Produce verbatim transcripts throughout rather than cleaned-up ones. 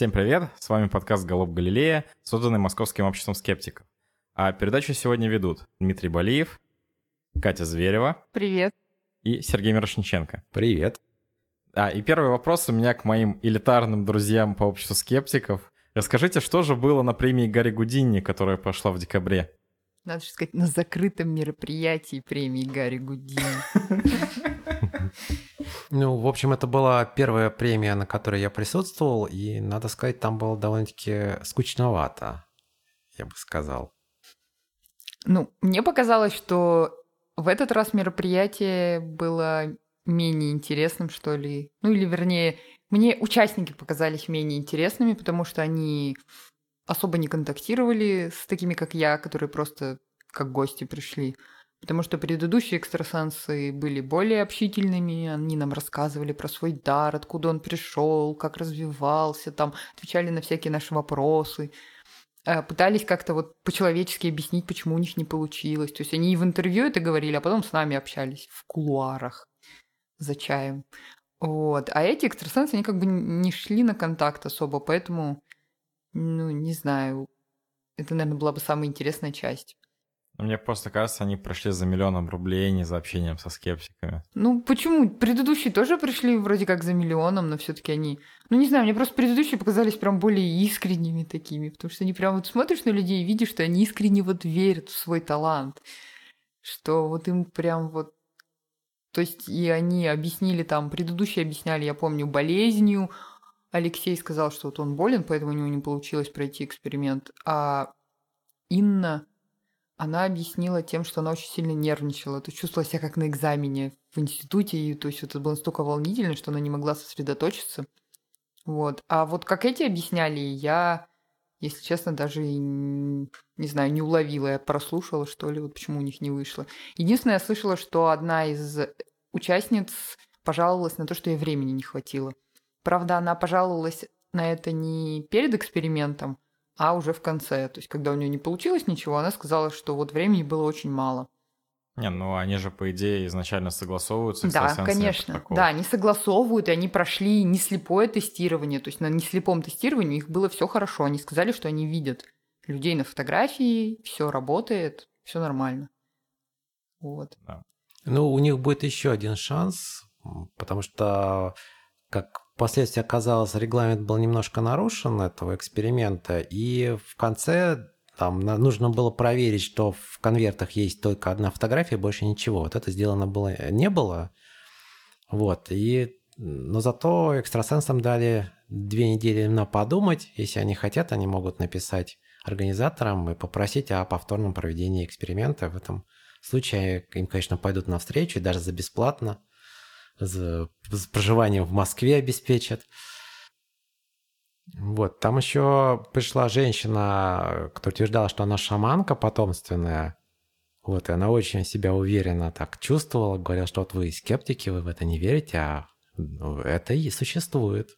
Всем привет, с вами подкаст «Голубь Галилея», созданный Московским обществом скептиков. А передачу сегодня ведут Дмитрий Балиев, Катя Зверева. Привет. И Сергей Мирошниченко. Привет. А, и первый вопрос у меня к моим элитарным друзьям по обществу скептиков. Расскажите, что же было на премии Гарри Гудини, которая прошла в декабре? Надо же сказать, на закрытом мероприятии премии Гарри Гудини. Ну, в общем, это была первая премия, на которой я присутствовал, и, надо сказать, там было довольно-таки скучновато, я бы сказал. Ну, мне показалось, что в этот раз мероприятие было менее интересным, что ли. Ну, или, вернее, мне участники показались менее интересными, потому что они особо не контактировали с такими, как я, которые просто как гости пришли. Потому что предыдущие экстрасенсы были более общительными, они нам рассказывали про свой дар, откуда он пришел, как развивался, там отвечали на всякие наши вопросы, пытались как-то вот по-человечески объяснить, почему у них не получилось. То есть они и в интервью это говорили, а потом с нами общались в кулуарах за чаем. Вот. А эти экстрасенсы, они как бы не шли на контакт особо, поэтому, ну, не знаю, это, наверное, была бы самая интересная часть. Мне просто кажется, они прошли за миллионом рублей, не за общением со скептиками. Ну, почему? Предыдущие тоже пришли вроде как за миллионом, но все-таки они... Ну, не знаю, мне просто предыдущие показались прям более искренними такими, потому что они прям вот смотришь на людей и видишь, что они искренне вот верят в свой талант, что вот им прям вот... То есть и они объяснили там, предыдущие объясняли, я помню, болезнью. Алексей сказал, что вот он болен, поэтому у него не получилось пройти эксперимент. А Инна... Она объяснила тем, что она очень сильно нервничала, то есть чувствовала себя как на экзамене в институте, и то есть это было настолько волнительно, что она не могла сосредоточиться. Вот. А вот как эти объясняли, я, если честно, даже и не знаю, не уловила, я прослушала, что ли, вот почему у них не вышло. Единственное, я слышала, что одна из участниц пожаловалась на то, что ей времени не хватило. Правда, она пожаловалась на это не перед экспериментом, а уже в конце. То есть, когда у нее не получилось ничего, она сказала, что вот времени было очень мало. Не, ну они же, по идее, изначально согласовываются. Да, конечно. Протокол. Да, они согласовывают, и они прошли не слепое тестирование. То есть, на неслепом тестировании их было все хорошо. Они сказали, что они видят людей на фотографии, все работает, все нормально. Вот. Да. Ну, у них будет еще один шанс, потому что, как впоследствии оказалось, регламент был немножко нарушен этого эксперимента, и в конце там нужно было проверить, что в конвертах есть только одна фотография, больше ничего. Вот это сделано было не было. Вот. И, но зато экстрасенсам дали две недели на подумать. Если они хотят, они могут написать организаторам и попросить о повторном проведении эксперимента. В этом случае им, конечно, пойдут навстречу, и даже за бесплатно. За, за проживанием в Москве обеспечат. Вот. Там еще пришла женщина, которая утверждала, что она шаманка потомственная. Вот. И она очень себя уверенно так чувствовала. Говорила, что вот вы скептики, вы в это не верите, а это и существует.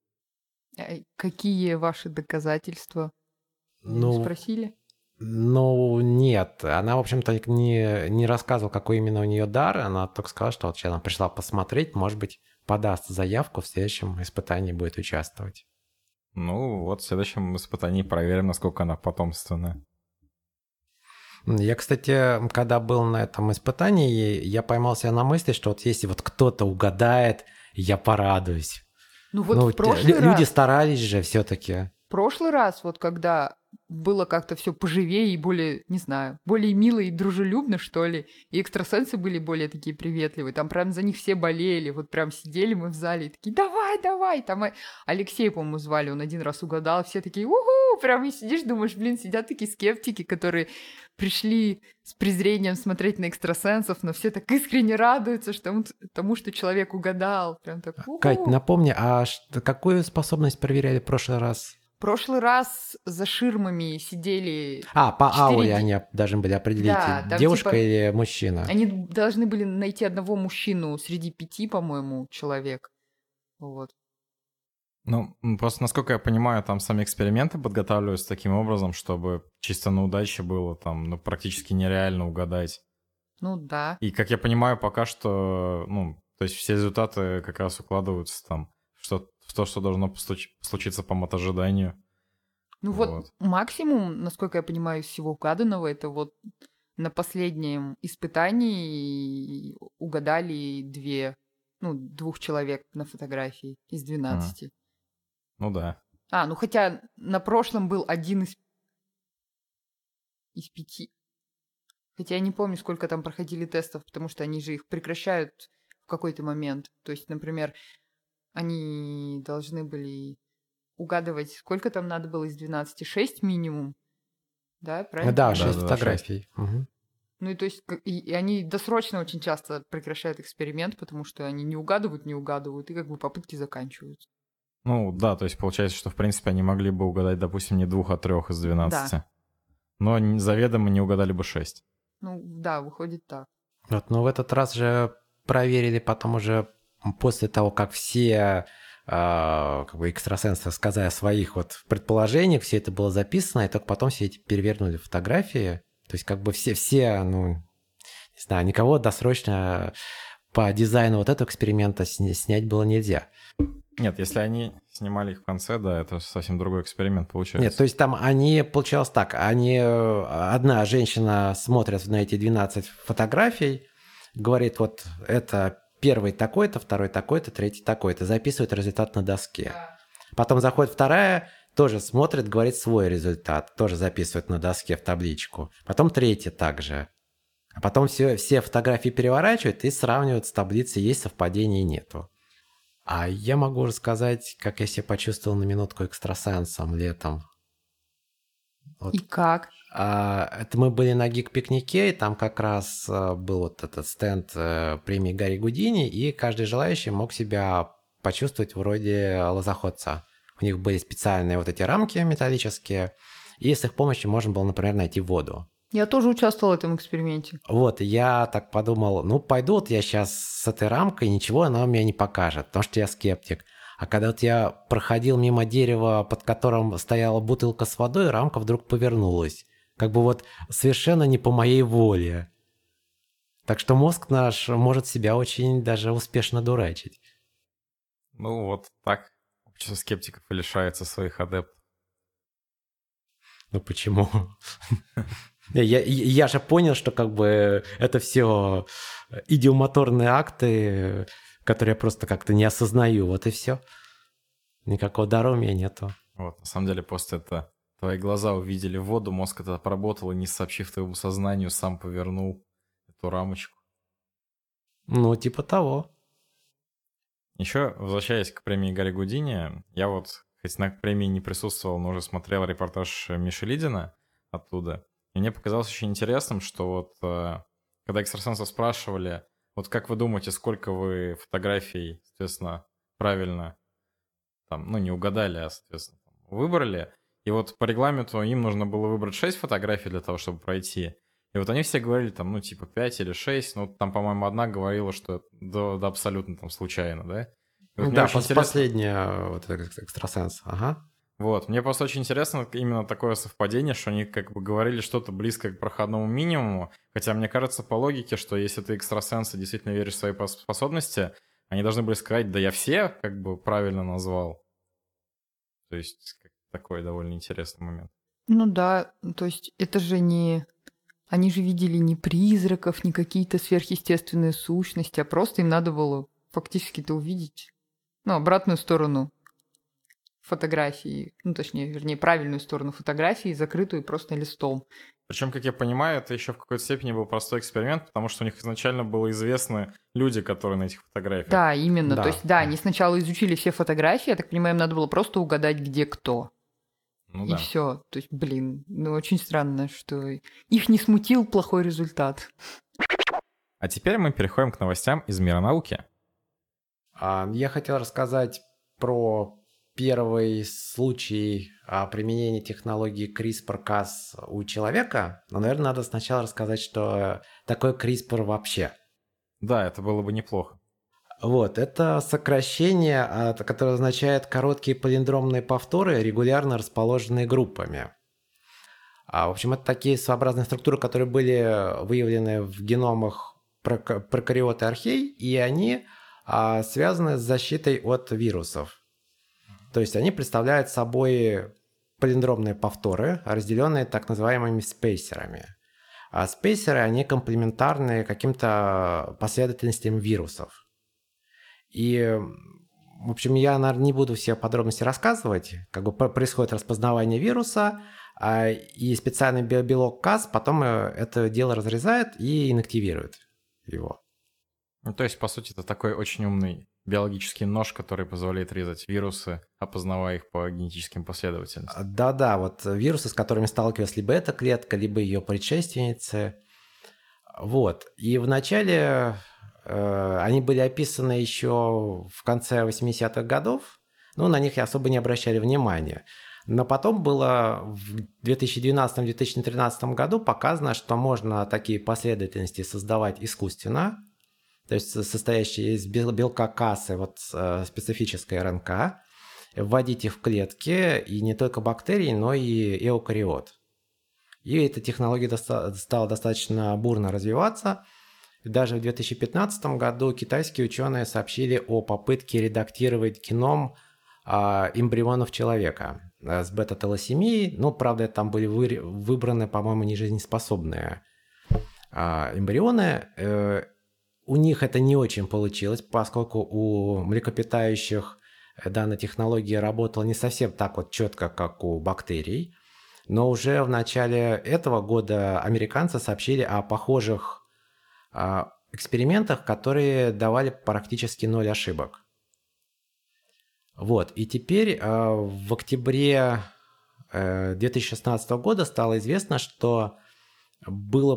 Какие ваши доказательства? Ну, спросили? Ну, нет. Она, в общем-то, не, не рассказывала, какой именно у нее дар. Она только сказала, что вот сейчас она пришла посмотреть, может быть, подаст заявку, в следующем испытании будет участвовать. Ну, вот в следующем испытании проверим, насколько она потомственная. Я, кстати, когда был на этом испытании, я поймал себя на мысли, что вот если вот кто-то угадает, я порадуюсь. Ну вот ну, в прошлый люди раз... старались же все-таки. В прошлый раз, вот когда было как-то все поживее и более, не знаю, более мило и дружелюбно, что ли, и экстрасенсы были более такие приветливые, там прям за них все болели, вот прям сидели мы в зале и такие, давай, давай, там Алексей, по-моему, звали, он один раз угадал, все такие, уху, прям и сидишь, думаешь, блин, сидят такие скептики, которые пришли с презрением смотреть на экстрасенсов, но все так искренне радуются что, тому, что человек угадал, прям так, уху. Кать, напомни, а какую способность проверяли в прошлый раз? В прошлый раз за ширмами сидели... А, по четыре... ауре они должны были определить, да, там, девушка типа, или мужчина. Они должны были найти одного мужчину среди пяти, по-моему, человек. Вот. Ну, просто, насколько я понимаю, там сами эксперименты подготавливаются таким образом, чтобы чисто на удаче было там, ну, практически нереально угадать. Ну, да. И, как я понимаю, пока что, ну, то есть все результаты как раз укладываются там что в то, что должно постуч- случиться по мотожиданию. Ну вот. вот максимум, насколько я понимаю, из всего угаданного, это вот на последнем испытании угадали две, ну, двух человек на фотографии из двенадцати. Mm. Ну да. А, ну хотя на прошлом был один из, из пяти. Хотя я не помню, сколько там проходили тестов, потому что они же их прекращают в какой-то момент. То есть, например, они должны были угадывать, сколько там надо было из двенадцати, шесть минимум. Да, правильно? Да, шесть да, фотографий. Да, угу. Ну и то есть, и, и они досрочно очень часто прекращают эксперимент, потому что они не угадывают, не угадывают, и как бы попытки заканчиваются. Ну да, то есть получается, что в принципе они могли бы угадать, допустим, не двух, а трех из двенадцати. Да. Но заведомо не угадали бы шесть. Ну да, выходит так. Вот, но в этот раз же проверили потом уже после того, как все э, как бы экстрасенсы сказали о своих вот предположениях, все это было записано, и только потом все эти перевернули фотографии. То есть как бы все, все, ну, не знаю, никого досрочно по дизайну вот этого эксперимента снять было нельзя. Нет, если они снимали их в конце, да, это совсем другой эксперимент получается. Нет, то есть там они, получалось так, они, одна женщина смотрит на эти двенадцать фотографий, говорит, вот это первый такой-то, второй такой-то, третий такой-то, записывает результат на доске. Потом заходит вторая, тоже смотрит, говорит свой результат, тоже записывает на доске в табличку. Потом третья также. А потом все, все фотографии переворачивают и сравнивают с таблицей, есть совпадение, нету. А я могу рассказать, как я себя почувствовал на минутку экстрасенсом летом. Вот. И как? А, это мы были на гик-пикнике, и там как раз а, был вот этот стенд а, премии Гарри Гудини, и каждый желающий мог себя почувствовать вроде лозоходца. У них были специальные вот эти рамки металлические, и с их помощью можно было, например, найти воду. Я тоже участвовал в этом эксперименте. Вот, я так подумал, ну, пойду вот я сейчас с этой рамкой, ничего она мне не покажет, потому что я скептик. А когда вот я проходил мимо дерева, под которым стояла бутылка с водой, рамка вдруг повернулась. Как бы вот совершенно не по моей воле. Так что мозг наш может себя очень даже успешно дурачить. Ну, вот так общество скептиков и лишается своих адептов. Ну, почему? Я, я же понял, что как бы это все идиомоторные акты, которые я просто как-то не осознаю, вот и все. Никакого дара у меня нету. Вот, на самом деле, после этого твои глаза увидели воду, мозг это проработал и, не сообщив твоему сознанию, сам повернул эту рамочку. Ну, типа того. Еще, возвращаясь к премии Гарри Гудини, я вот, хоть на премии не присутствовал, но уже смотрел репортаж Миши Лидина оттуда. И мне показалось очень интересным, что вот когда экстрасенсов спрашивали, вот как вы думаете, сколько вы фотографий, соответственно, правильно, там, ну, не угадали, а, соответственно, выбрали, и вот по регламенту им нужно было выбрать шесть фотографий для того, чтобы пройти. И вот они все говорили, там, ну, типа пять или шесть, ну, там, по-моему, одна говорила, что да, да абсолютно там случайно, да? Вот да, пос- интересно... последняя вот экстрасенс, ага. Вот, мне просто очень интересно именно такое совпадение, что они как бы говорили что-то близкое к проходному минимуму, хотя мне кажется по логике, что если ты экстрасенс и действительно веришь в свои способности, они должны были сказать, да я все как бы правильно назвал. То есть такой довольно интересный момент. Ну да, то есть это же не... Они же видели не призраков, не какие-то сверхъестественные сущности, а просто им надо было фактически-то увидеть, ну, обратную сторону фотографии, ну, точнее, вернее, правильную сторону фотографии, закрытую просто листом. Причем, как я понимаю, это еще в какой-то степени был простой эксперимент, потому что у них изначально было известны люди, которые на этих фотографиях. Да, именно. Да. То есть, да, они сначала изучили все фотографии, я так понимаю, им надо было просто угадать, где кто. Ну, и да. все. То есть, блин, ну, очень странно, что их не смутил плохой результат. А теперь мы переходим к новостям из мира науки. Я хотел рассказать про первый случай применения технологии CRISPR-Cas у человека, но, наверное, надо сначала рассказать, что такое CRISPR вообще. Да, это было бы неплохо. Вот, это сокращение, которое означает короткие палиндромные повторы, регулярно расположенные группами. В общем, это такие своеобразные структуры, которые были выявлены в геномах прокариот и архей, и они связаны с защитой от вирусов. То есть они представляют собой палиндромные повторы, разделенные так называемыми спейсерами. А спейсеры, они комплементарны каким-то последовательностям вирусов. И, в общем, я, наверное, не буду все подробности рассказывать. Как бы происходит распознавание вируса, и специальный белок Cas потом это дело разрезает и инактивирует его. Ну, то есть, по сути, это такой очень умный биологический нож, который позволяет резать вирусы, опознавая их по генетическим последовательностям. Да-да, вот вирусы, с которыми сталкивалась либо эта клетка, либо ее предшественницы. Вот. И вначале э, они были описаны еще в конце восьмидесятых годов, но на них и особо не обращали внимания. Но потом было в две тысячи двенадцатом - две тысячи тринадцатом году показано, что можно такие последовательности создавать искусственно, то есть состоящие из белка Cas, вот специфической РНК, вводить их в клетки, и не только бактерий, но и эукариот. И эта технология доста- стала достаточно бурно развиваться. И даже в две тысячи пятнадцатом году китайские ученые сообщили о попытке редактировать геном а, эмбрионов человека с бета-талассемией. Ну, правда, там были вы- выбраны, по-моему, нежизнеспособные а, эмбрионы. Э, У них это не очень получилось, поскольку у млекопитающих данная технология работала не совсем так вот четко, как у бактерий. Но уже в начале этого года американцы сообщили о похожих а, экспериментах, которые давали практически ноль ошибок. Вот. И теперь а, в октябре а, две тысячи шестнадцатого года стало известно, что было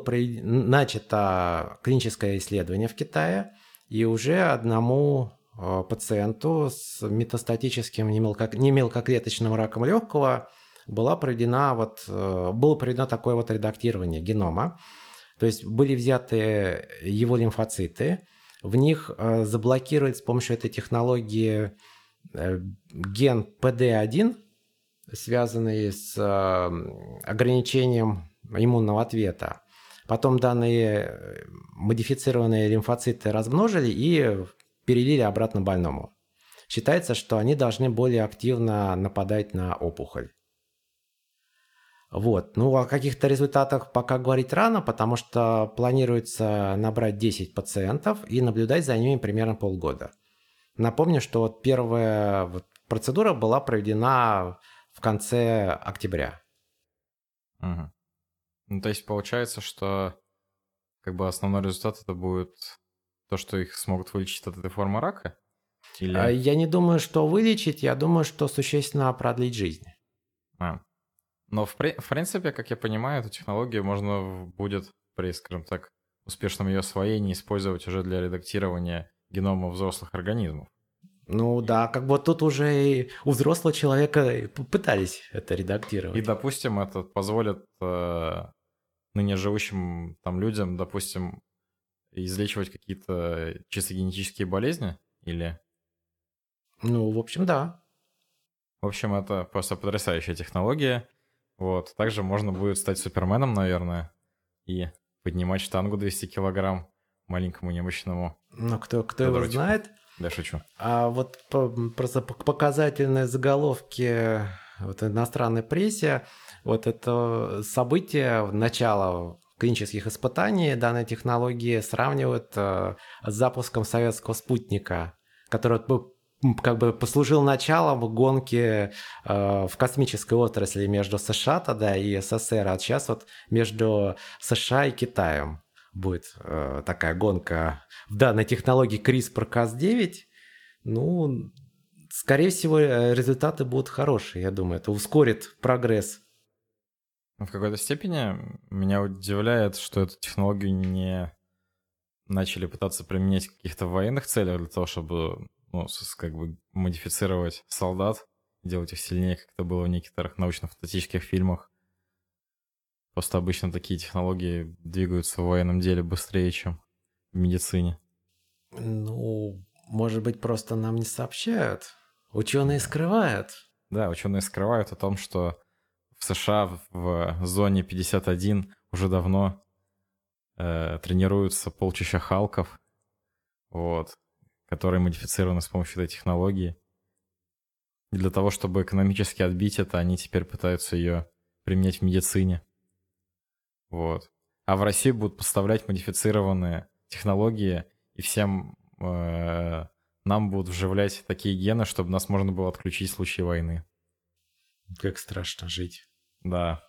начато клиническое исследование в Китае, и уже одному пациенту с метастатическим немелкоклеточным раком легкого была проведена вот, было проведено такое вот редактирование генома. То есть были взяты его лимфоциты, в них заблокировать с помощью этой технологии ген пэ дэ один, связанный с ограничением иммунного ответа. Потом данные модифицированные лимфоциты размножили и перелили обратно больному. Считается, что они должны более активно нападать на опухоль. Вот. Ну, о каких-то результатах пока говорить рано, потому что планируется набрать десять пациентов и наблюдать за ними примерно полгода. Напомню, что вот первая вот процедура была проведена в конце октября. Угу. Ну, то есть получается, что как бы основной результат это будет то, что их смогут вылечить от этой формы рака? Или... Я не думаю, что вылечить, я думаю, что существенно продлить жизнь. А. Но в, при... в принципе, как я понимаю, эту технологию можно будет при, скажем так, успешном ее освоении использовать уже для редактирования генома взрослых организмов. Ну да, как бы тут уже и у взрослого человека пытались это редактировать. И, допустим, это позволит э, ныне живущим там людям, допустим, излечивать какие-то чисто генетические болезни? Или... Ну, в общем, да. В общем, это просто потрясающая технология. Вот. Также можно будет стать Суперменом, наверное, и поднимать штангу двести килограмм маленькому немощному. Ну, кто, кто его знает. Да, шучу. А вот по, просто показательные заголовки вот, иностранной прессе, вот это событие начала клинических испытаний данной технологии сравнивают э, с запуском советского спутника, который как бы послужил началом гонки э, в космической отрасли между США тогда и эс эс эс эр, а сейчас вот между США и Китаем будет э, такая гонка в данной технологии криспр кас девять. Ну, скорее всего, результаты будут хорошие, я думаю. Это ускорит прогресс. В какой-то степени меня удивляет, что эту технологию не начали пытаться применять в каких-то военных целях для того, чтобы, ну, как бы модифицировать солдат, делать их сильнее, как это было в некоторых научно-фантастических фильмах. Просто обычно такие технологии двигаются в военном деле быстрее, чем в медицине. Ну, может быть, просто нам не сообщают. Ученые скрывают. Да, ученые скрывают о том, что в США в зоне пятьдесят один уже давно э, тренируются полчища халков, вот, которые модифицированы с помощью этой технологии. И для того, чтобы экономически отбить это, они теперь пытаются ее применять в медицине. Вот. А в Россию будут поставлять модифицированные технологии, и всем э, нам будут вживлять такие гены, чтобы нас можно было отключить в случае войны. Как страшно жить. Да.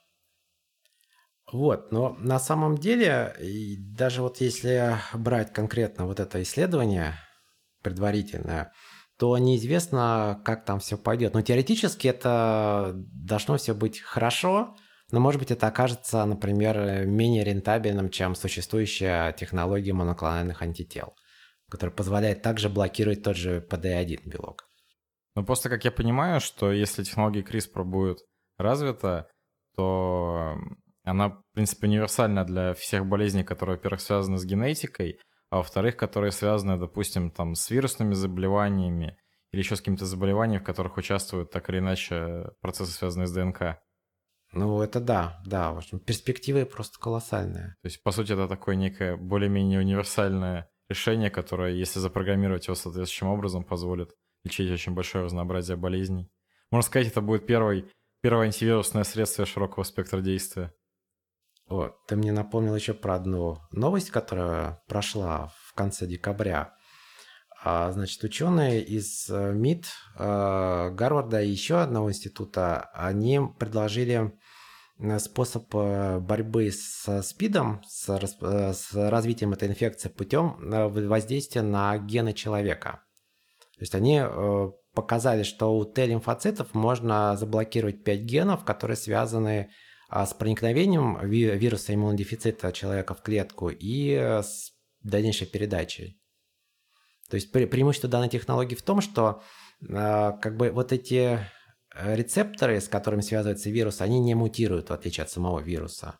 Вот, но на самом деле, и даже вот если брать конкретно вот это исследование предварительное, то неизвестно, как там все пойдет. Но теоретически это должно все быть хорошо, но, может быть, это окажется, например, менее рентабельным, чем существующая технология моноклональных антител, которая позволяет также блокировать тот же пэ дэ один белок. Но просто, как я понимаю, что если технология CRISPR будет развита, то она, в принципе, универсальна для всех болезней, которые, во-первых, связаны с генетикой, а во-вторых, которые связаны, допустим, там, с вирусными заболеваниями или еще с какими-то заболеваниями, в которых участвуют так или иначе процессы, связанные с ДНК. Ну, это да, да, в общем, перспективы просто колоссальные. То есть, по сути, это такое некое более-менее универсальное решение, которое, если запрограммировать его соответствующим образом, позволит лечить очень большое разнообразие болезней. Можно сказать, это будет первый, первое антивирусное средство широкого спектра действия. Вот, ты мне напомнил еще про одну новость, которая прошла в конце декабря. А, значит, ученые из МИД, Гарварда и еще одного института, они предложили способ борьбы со СПИДом, с, с развитием этой инфекции путем воздействия на гены человека. То есть они показали, что у Т-лимфоцитов можно заблокировать пять генов, которые связаны с проникновением вируса иммунодефицита человека в клетку и с дальнейшей передачей. То есть пре- преимущество данной технологии в том, что э, как бы вот эти рецепторы, с которыми связывается вирус, они не мутируют, в отличие от самого вируса.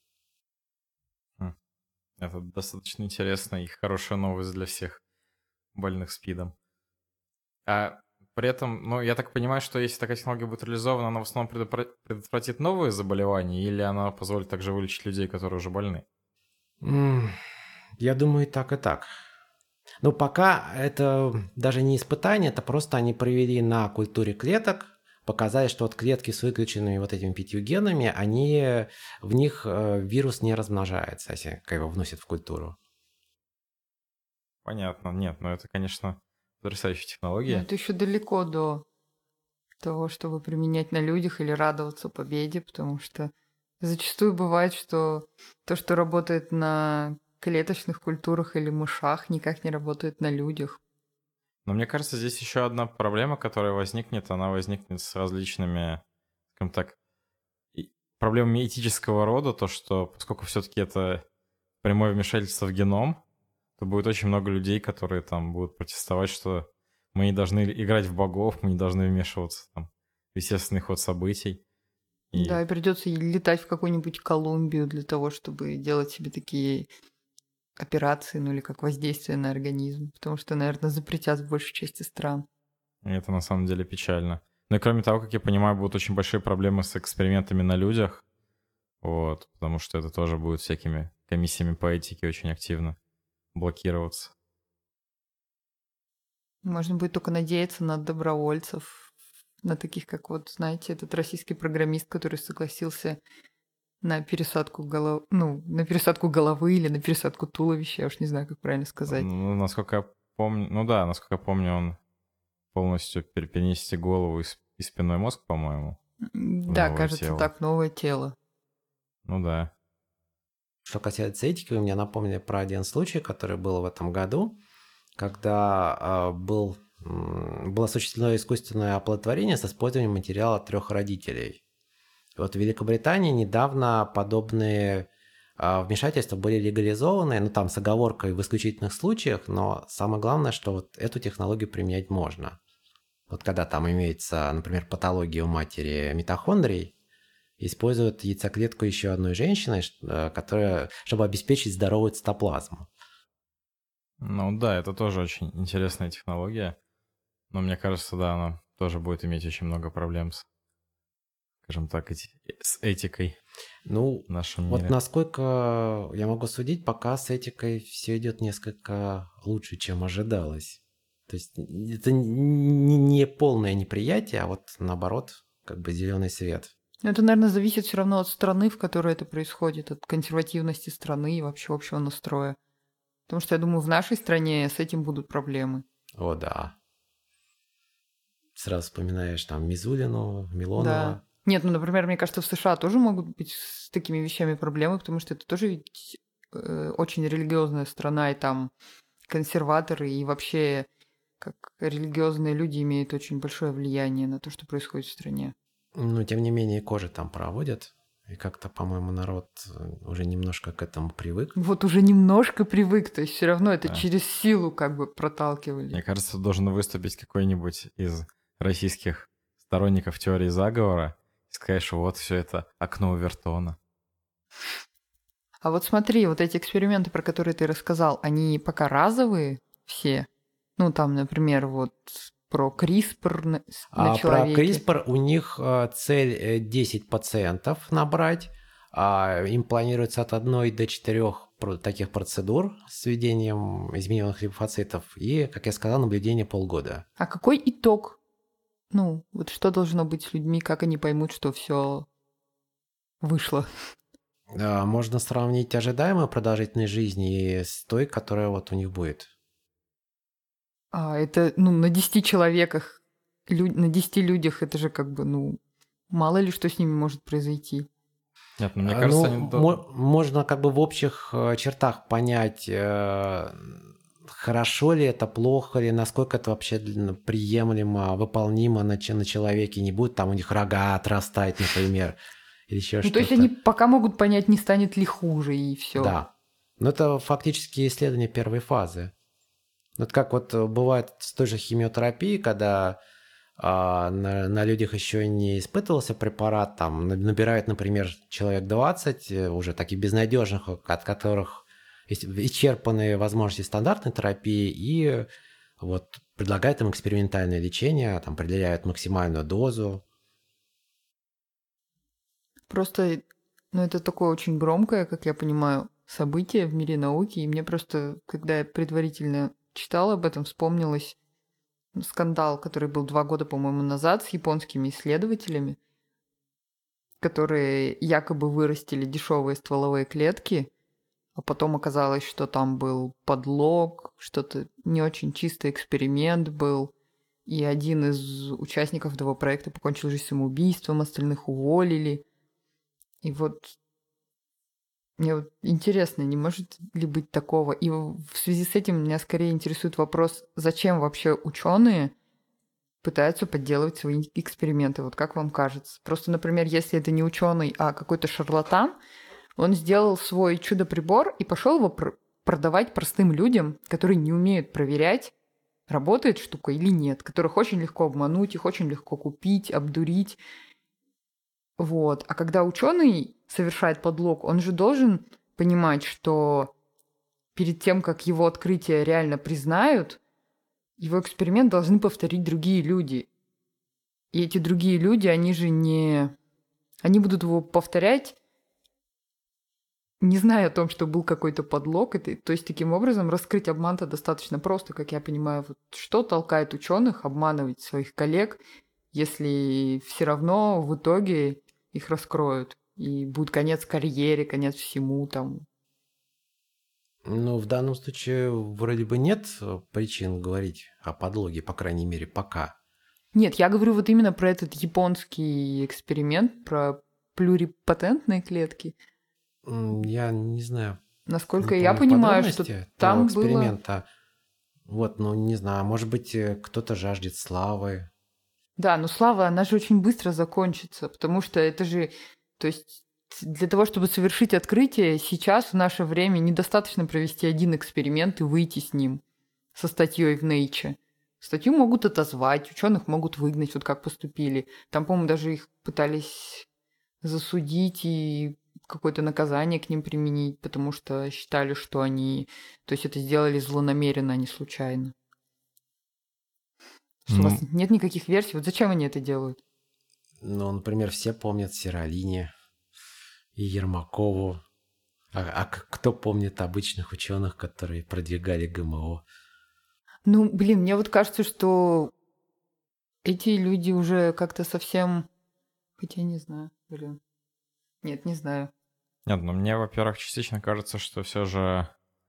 Это достаточно интересно и хорошая новость для всех больных СПИДом. А при этом, ну, я так понимаю, что если такая технология будет реализована, она в основном предотвра- предотвратит новые заболевания, или она позволит также вылечить людей, которые уже больны? М, Я думаю, и так, и так. Но пока это даже не испытание, это просто они провели на культуре клеток, показали, что вот клетки с выключенными вот этими пятью генами, они, в них э, вирус не размножается, если как его вносят в культуру. Понятно. Нет, ну это, конечно, потрясающая Но технология. это еще далеко до того, чтобы применять на людях или радоваться победе, потому что зачастую бывает, что то, что работает на клеточных культурах или мышах, никак не работает на людях. Но мне кажется, здесь еще одна проблема, которая возникнет, она возникнет с различными, скажем так, и- проблемами этического рода, то, что поскольку все-таки это прямое вмешательство в геном, то будет очень много людей, которые там будут протестовать, что мы не должны играть в богов, мы не должны вмешиваться там, в естественный ход событий. И Да, и придется летать в какую-нибудь Колумбию для того, чтобы делать себе такие операции, ну или как воздействие на организм, потому что, наверное, запретят в большей части стран. это на самом деле печально. Ну и кроме того, как я понимаю, будут очень большие проблемы с экспериментами на людях, вот, потому что это тоже будет всякими комиссиями по этике очень активно блокироваться. Можно будет только надеяться на добровольцев, на таких, как вот, знаете, этот российский программист, который согласился на пересадку голов... ну, на пересадку головы или на пересадку туловища, я уж не знаю, как правильно сказать. Ну, насколько я помню, ну да, насколько я помню, он полностью пер- перенести голову и, с- и спинной мозг, по-моему. Да, новое кажется, тело. так, новое тело. Ну да. Что касается этики, вы мне напомнили про один случай, который был в этом году, когда а, был, м, было осуществлено искусственное оплодотворение с использованием материала трех родителей. И вот в Великобритании недавно подобные а, вмешательства были легализованы, ну там с оговоркой в исключительных случаях, но самое главное, что вот эту технологию применять можно. Вот когда там имеется, например, патология у матери митохондрий, используют яйцеклетку еще одной женщины, ш- э, которая, чтобы обеспечить здоровую цитоплазму. Ну да, это тоже очень интересная технология. Но мне кажется, да, она тоже будет иметь очень много проблем с, скажем так, эти- с этикой Ну, в нашем вот мире. насколько я могу судить, пока с этикой все идет несколько лучше, чем ожидалось. То есть это не, не полное неприятие, а вот наоборот, как бы зеленый свет. Это, наверное, зависит все равно от страны, в которой это происходит, от консервативности страны и вообще общего настроя. Потому что, я думаю, в нашей стране с этим будут проблемы. О, да. Сразу вспоминаешь там Мизулину, Милонова. Да. Нет, ну, например, мне кажется, в США тоже могут быть с такими вещами проблемы, потому что это тоже ведь э, очень религиозная страна, и там консерваторы, и вообще как религиозные люди имеют очень большое влияние на то, что происходит в стране. Но, тем не менее, кожи там проводят. И как-то, по-моему, народ уже немножко к этому привык. Вот уже немножко привык, то есть все равно это Да. через силу как бы проталкивали. Мне кажется, должен выступить какой-нибудь из российских сторонников теории заговора и сказать, что вот все это окно Овертона. А вот смотри, вот эти эксперименты, про которые ты рассказал, они пока разовые все? Ну, там, например, вот про CRISPR на, на А про человеке. CRISPR у них э, цель э, десять пациентов набрать. А им планируется от одной до четырех таких процедур с введением измененных лимфоцитов. И, как я сказал, наблюдение полгода. А какой итог? Ну, вот что должно быть с людьми, как они поймут, что все вышло? А, Можно сравнить ожидаемую продолжительность жизни с той, которая вот у них будет. А это, ну, на десяти человеках, лю- на десяти людях, это же как бы, ну, мало ли что с ними может произойти. Нет, ну мне А, кажется, ну, они... до- мо- можно как бы в общих э, чертах понять, э, хорошо ли это, плохо ли, насколько это вообще для- приемлемо, выполнимо на, че- на человеке, не будет там у них рога отрастать, например, или еще Ну, что-то. то есть они пока могут понять, не станет ли хуже, и все. Да. Но это фактически исследование первой фазы. Вот как вот бывает с той же химиотерапией, когда а, на, на людях еще не испытывался препарат, там на- набирают, например, человек двадцать, э, уже таких безнадежных, от которых ис- исчерпаны возможности стандартной терапии, и вот предлагают им экспериментальное лечение, там определяют максимальную дозу. Просто, ну, это такое очень громкое, как я понимаю, событие в мире науки. И мне просто, когда я предварительно читала об этом, вспомнилось скандал, который был два года, по-моему, назад с японскими исследователями, которые якобы вырастили дешевые стволовые клетки, а потом оказалось, что там был подлог, что-то не очень чистый эксперимент был. И один из участников этого проекта покончил жизнь самоубийством, остальных уволили. И вот мне вот интересно, не может ли быть такого? И в связи с этим меня скорее интересует вопрос, зачем вообще ученые пытаются подделывать свои эксперименты? Вот как вам кажется? Просто, например, если это не ученый, а какой-то шарлатан, он сделал свой чудо-прибор и пошел его пр- продавать простым людям, которые не умеют проверять, работает штука или нет, которых очень легко обмануть, их очень легко купить, обдурить. Вот. А когда ученый совершает подлог, он же должен понимать, что перед тем, как его открытие реально признают, его эксперимент должны повторить другие люди. И эти другие люди, они же не... Они будут его повторять, не зная о том, что был какой-то подлог. Это, то есть, таким образом, раскрыть обман-то достаточно просто, как я понимаю. Вот что толкает ученых обманывать своих коллег, если все равно в итоге их раскроют, и будет конец карьере, конец всему там. Ну, в данном случае вроде бы нет причин говорить о подлоге, по крайней мере, пока. Нет, я говорю вот именно про этот японский эксперимент, про плюрипатентные клетки. М, Я не знаю. Насколько Не я помню понимаю, что подробности там того было... эксперимента. Вот, ну, не знаю, может быть, э, кто-то жаждет славы. Да, но слава, она же очень быстро закончится, потому что это же... То есть для того, чтобы совершить открытие, сейчас в наше время недостаточно провести один эксперимент и выйти с ним, со статьей в Nature. Статью могут отозвать, ученых могут выгнать, вот как поступили. Там, по-моему, даже их пытались засудить и какое-то наказание к ним применить, потому что считали, что они... То есть это сделали злонамеренно, а не случайно. Что у Ну, вас нет никаких версий? Вот зачем они это делают? Ну, например, все помнят Сиролине и Ермакову. А, а к- кто помнит обычных ученых, которые продвигали ГМО? Ну, блин, мне вот кажется, что эти люди уже как-то совсем... Хотя не знаю, блин. Нет, не знаю. Нет, ну мне, во-первых, частично кажется, что все же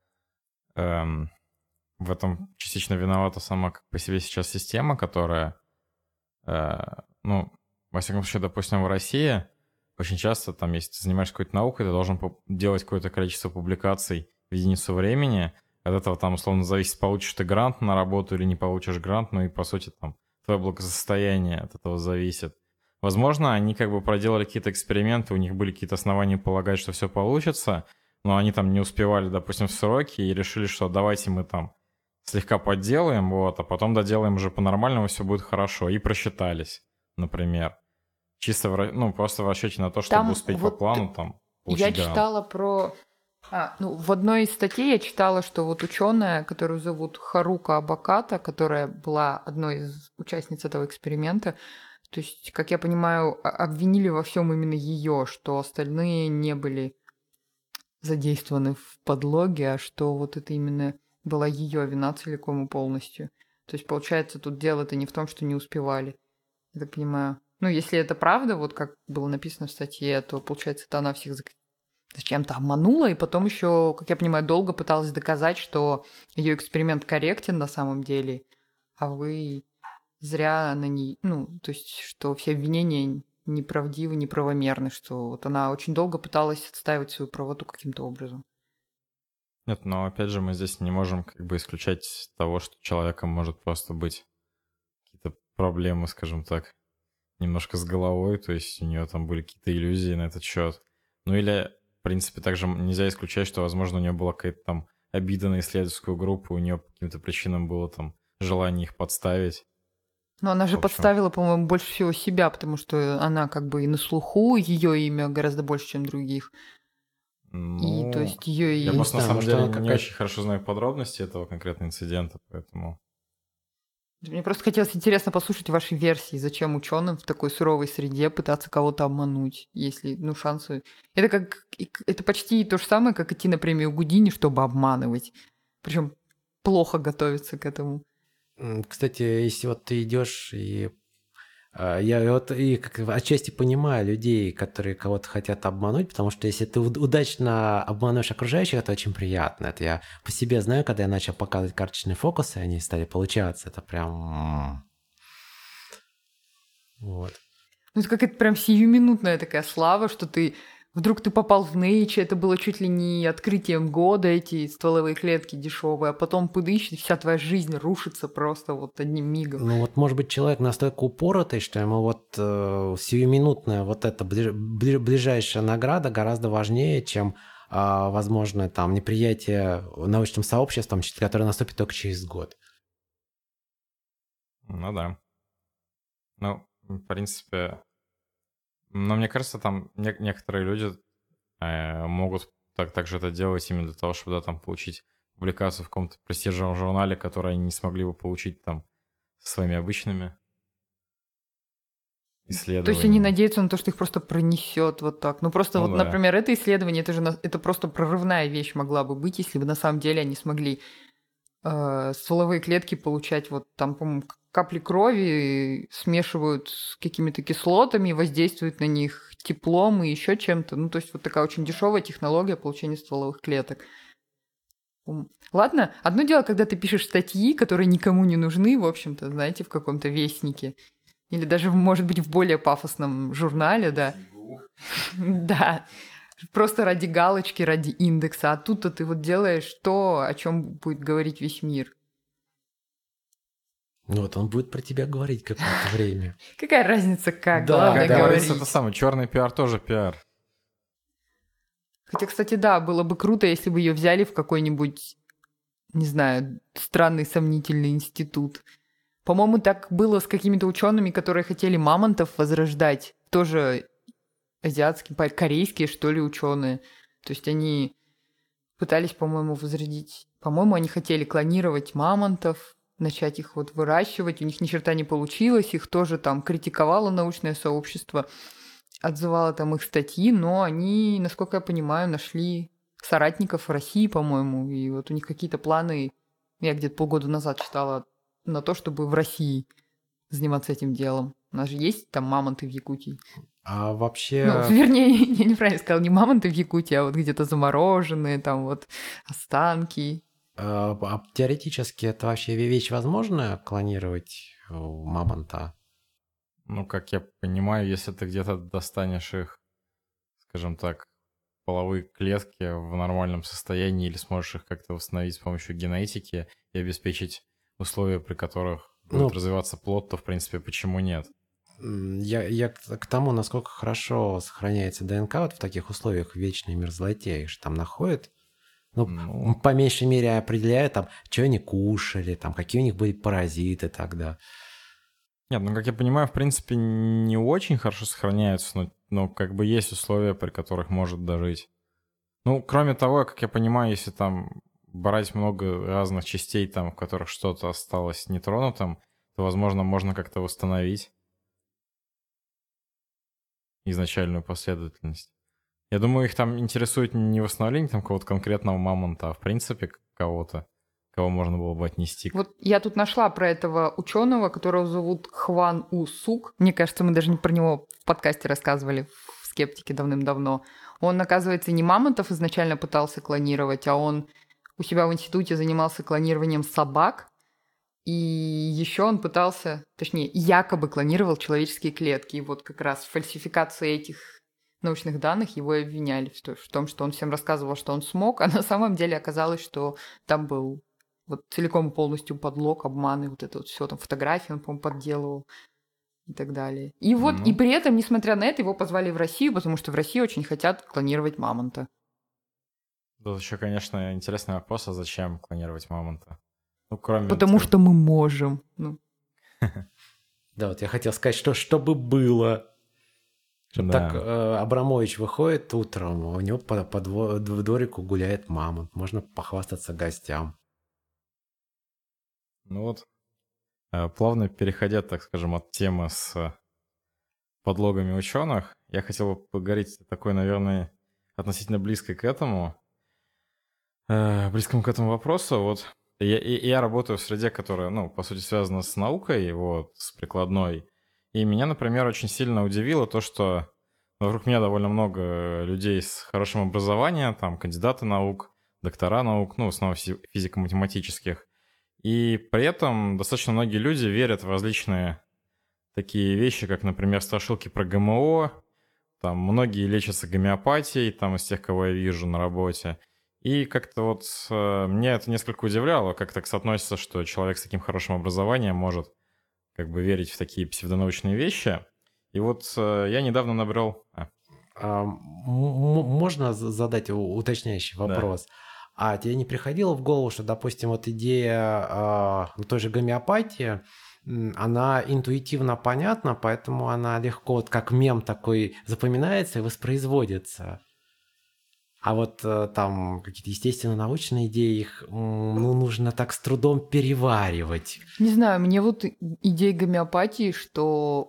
эм, в этом частично виновата сама как по себе сейчас система, которая, э, ну, во всяком случае, допустим, в России очень часто, там, если ты занимаешься какой-то наукой, ты должен пу- делать какое-то количество публикаций в единицу времени. От этого там, условно, зависит, получишь ты грант на работу или не получишь грант, ну и, по сути, там, твое благосостояние от этого зависит. Возможно, они как бы проделали какие-то эксперименты, у них были какие-то основания полагать, что все получится, но они там не успевали, допустим, в сроки и решили, что давайте мы там слегка подделаем, вот, а потом доделаем уже по-нормальному, все будет хорошо, и просчитались, например. Чисто, в, ра- ну, просто в расчете на то, чтобы Там успеть вот по плану, там, получить Я грант. читала про... А, ну, в одной из статей я читала, что вот ученая, которую зовут Харука Абаката, которая была одной из участниц этого эксперимента, то есть, как я понимаю, о- обвинили во всем именно ее, что остальные не были задействованы в подлоге, а что вот это именно была ее вина целиком и полностью. То есть, получается, тут дело-то не в том, что не успевали. Я так понимаю. Ну, если это правда, вот как было написано в статье, то, получается, это она всех зак- зачем-то обманула, и потом еще, как я понимаю, долго пыталась доказать, что ее эксперимент корректен на самом деле, а вы зря на ней, ну, то есть, что все обвинения неправдивы, неправомерны, что вот она очень долго пыталась отстаивать свою правоту каким-то образом. Нет, но опять же мы здесь не можем как бы исключать того, что человеком может просто быть какие-то проблемы, скажем так, немножко с головой, то есть у нее там были какие-то иллюзии на этот счет. Ну или, в принципе, также нельзя исключать, что, возможно, у нее была какая-то там обида на исследовательскую группу, у нее по каким-то причинам было там желание их подставить. Но она же В общем. подставила, по-моему, больше всего себя, потому что она как бы и на слуху, ее имя гораздо больше, чем других. И то Ну, есть ее я и... просто на знаю, самом может, деле она не какая-то- очень хорошо знаю подробности этого конкретного инцидента, поэтому... Мне просто хотелось интересно послушать ваши версии, зачем ученым в такой суровой среде пытаться кого-то обмануть, если, ну, шансы... Это как... Это почти то же самое, как идти на премию Гудини, чтобы обманывать. Причем плохо готовиться к этому. М, Кстати, если вот ты идешь и а, я вот и как бы отчасти понимаю людей, которые кого-то хотят обмануть, потому что если ты уд- удачно обманываешь окружающих, это очень приятно. Это я по себе знаю, когда я начал показывать карточные фокусы, они стали получаться. Это прям... м. Вот. Ну, это какая-то прям сиюминутная такая слава, что ты... Вдруг ты попал в Nature, это было чуть ли не открытием года, эти стволовые клетки дешевые, а потом пыдыщ, и вся твоя жизнь рушится просто вот одним мигом. Ну вот, может быть, человек настолько упоротый, что ему вот э, сиюминутная вот эта бли- бли- ближайшая награда гораздо важнее, чем, а, возможно, там неприятие научным сообществом, ч- которое наступит только через год. Ну да. Ну, в принципе... Но мне кажется, там не- некоторые люди э, могут так, также это делать именно для того, чтобы да, там получить публикацию в каком-то престижном журнале, который они не смогли бы получить там со своими обычными исследованиями. То есть они надеются на то, что их просто пронесет вот так. Ну просто Ну вот, да. например, это исследование, это же на- это просто прорывная вещь могла бы быть, если бы на самом деле они смогли э, стволовые клетки получать вот там, по-моему, к- капли крови смешивают с какими-то кислотами, воздействуют на них теплом и еще чем-то. Ну то есть вот такая очень дешевая технология получения стволовых клеток. М. Ладно, одно дело, когда ты пишешь статьи, которые никому не нужны, в общем-то, знаете, в каком-то вестнике. Или даже, может быть, в более пафосном журнале, да. Да. Просто ради галочки, ради индекса. А тут-то ты вот делаешь то, о чем будет говорить весь мир. Ну вот он будет про тебя говорить какое-то время. Какая разница, как? Да, Главное Как да. говорится, говорить. это самое, черный пиар тоже пиар. Хотя, кстати, да, было бы круто, если бы ее взяли в какой-нибудь, не знаю, странный сомнительный институт. По-моему, так было с какими-то учеными, которые хотели мамонтов возрождать. Тоже азиатские, по- корейские, что ли, ученые. То есть они пытались, по-моему, возродить... По-моему, они хотели клонировать мамонтов, начать их вот выращивать. У них ни черта не получилось. Их тоже там критиковало научное сообщество, отзывало там их статьи, но они, насколько я понимаю, нашли соратников в России, по-моему. И вот у них какие-то планы я где-то полгода назад читала, на то, чтобы в России заниматься этим делом. У нас же есть там мамонты в Якутии. А вообще... Ну, вернее, я неправильно сказала, не мамонты в Якутии, а вот где-то замороженные, там вот останки. А, а теоретически это вообще вещь возможная, клонировать э, мамонта? Ну, как я понимаю, если ты где-то достанешь их, скажем так, половые клетки в нормальном состоянии или сможешь их как-то восстановить с помощью генетики и обеспечить условия, при которых будет Ну, развиваться плод, то, в принципе, почему нет? м, я, я к к тому, насколько хорошо сохраняется ДНК вот в таких условиях вечной мерзлоте, их же там находят. Ну, Ну, по меньшей мере определяют, там, что они кушали, там, какие у них были паразиты тогда. нет, ну, как я понимаю, в принципе, не очень хорошо сохраняются, но, но как бы есть условия, при которых может дожить. Ну, кроме того, как я понимаю, если там брать много разных частей, там, в которых что-то осталось нетронутым, то, возможно, можно как-то восстановить изначальную последовательность. Я думаю, их там интересует не восстановление там какого-то конкретного мамонта, а в принципе кого-то, кого можно было бы отнести. к- Вот я тут нашла про этого ученого, которого зовут Хван У Сук. Мне кажется, мы даже не про него в подкасте рассказывали в «Скептике» давным-давно. Он, оказывается, не мамонтов изначально пытался клонировать, а он у себя в институте занимался клонированием собак. И еще он пытался, точнее, якобы клонировал человеческие клетки. И вот как раз в фальсификации этих научных данных его и обвиняли в то- в том, что он всем рассказывал, что он смог, а на самом деле оказалось, что там был вот целиком и полностью подлог, обман и вот это вот все, там фотографии он, по-моему, подделывал и так далее. И вот, и Ну. при этом, несмотря на это, его позвали в Россию, потому что в России очень хотят клонировать мамонта. Тут еще, конечно, интересный вопрос, а зачем клонировать мамонта? Ну, кроме... Потому тех- что мы можем. Ну, Да, вот я хотел сказать, что чтобы было. Чтоб Да. так э, Абрамович выходит утром, а у него по, по дво- в дворику гуляет мамонт. Можно похвастаться гостям. Ну вот, э, плавно переходя, так скажем, от темы с э, подлогами ученых, я хотел бы поговорить о такой, наверное, относительно близкой к этому, э, близкому к этому вопросу. Вот я, и- я работаю в среде, которая, ну, по сути, связана с наукой, вот, с прикладной. И меня, например, очень сильно удивило то, что вокруг меня довольно много людей с хорошим образованием, там, кандидаты наук, доктора наук, ну, в основном физи- физико-математических. И при этом достаточно многие люди верят в различные такие вещи, как, например, страшилки про ГМО. Там многие лечатся гомеопатией, там из тех, кого я вижу на работе. И как-то вот э, меня это несколько удивляло, как так соотносится, что человек с таким хорошим образованием может как бы верить в такие псевдонаучные вещи. И вот э, я недавно набрел... а, А, м- м- можно за- задать у- уточняющий Да. вопрос? А тебе не приходило в голову, что, допустим, вот идея а, ну, той же гомеопатии, м, она интуитивно понятна, поэтому она легко, вот как мем такой, запоминается и воспроизводится. А вот э, там какие-то естественно-научные идеи, их м, ну, нужно так с трудом переваривать. не знаю, мне вот и- идея гомеопатии, что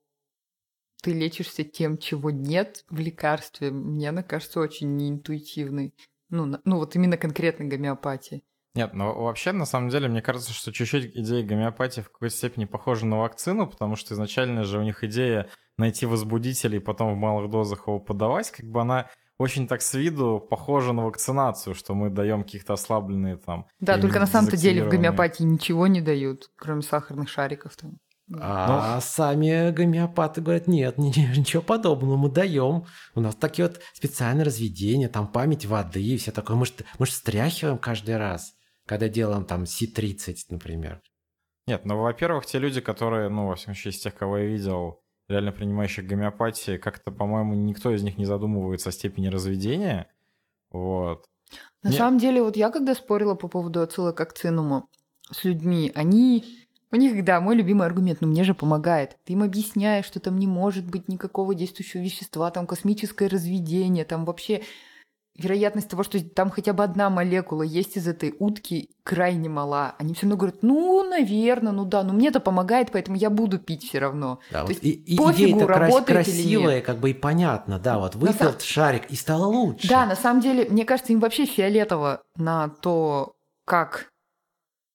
ты лечишься тем, чего нет в лекарстве, мне она кажется очень неинтуитивной. Ну, на- ну вот именно конкретно гомеопатии. Нет, ну вообще, на самом деле, мне кажется, что чуть-чуть идея гомеопатии в какой-то степени похожа на вакцину, потому что изначально же у них идея найти возбудитель и потом в малых дозах его подавать, как бы она очень так с виду похожа на вакцинацию, что мы даем каких-то ослабленные там... Да, или только на самом-то деле в дезактивированные. гомеопатии ничего не дают, кроме сахарных шариков там. А сами гомеопаты говорят, нет, ни- ничего подобного, мы даем. У нас такие вот специальные разведения, там память воды и все такое. Мы ж, мы ж встряхиваем каждый раз, когда делаем там Си тридцать, например. Нет, ну, во-первых, те люди, которые, ну, во всяком случае, из тех, кого я видел, реально принимающих гомеопатии, как-то, по-моему, никто из них не задумывается о степени разведения. Вот. На Не- самом деле, вот я когда спорила по поводу ацилококцинума с людьми, они... У них, да, мой любимый аргумент, ну мне же помогает. Ты им объясняешь, что там не может быть никакого действующего вещества, там космическое разведение, там вообще вероятность того, что там хотя бы одна молекула есть из этой утки, крайне мала. Они все равно говорят, ну, наверное, ну да, но мне это помогает, поэтому я буду пить все равно. Да, То вот есть и, и пофигу, идея-то крас- работает или красивая, нет. как бы и понятно, да, вот На выпил са- шарик и стало лучше. Да, на самом деле, мне кажется, им вообще фиолетово на то, как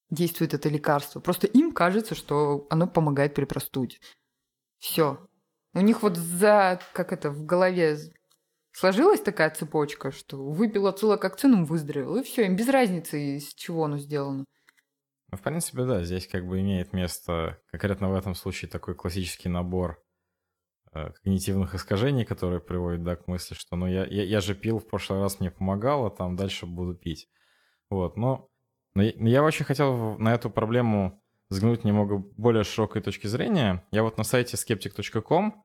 действует это лекарство. Просто им кажется, что оно помогает при простуде. Все. У них вот за, как это, в голове сложилась такая цепочка, что выпил ацилококцинум, выздоровел, и все, им без разницы, из чего оно сделано. Ну, в принципе, да, здесь как бы имеет место конкретно в этом случае такой классический набор э, когнитивных искажений, которые приводят, да, к мысли, что ну я, я, я же пил, в прошлый раз мне помогало, там дальше буду пить. Вот, но, но я, я очень хотел на эту проблему взглянуть немного более широкой точки зрения. Я вот на сайте skeptic точка com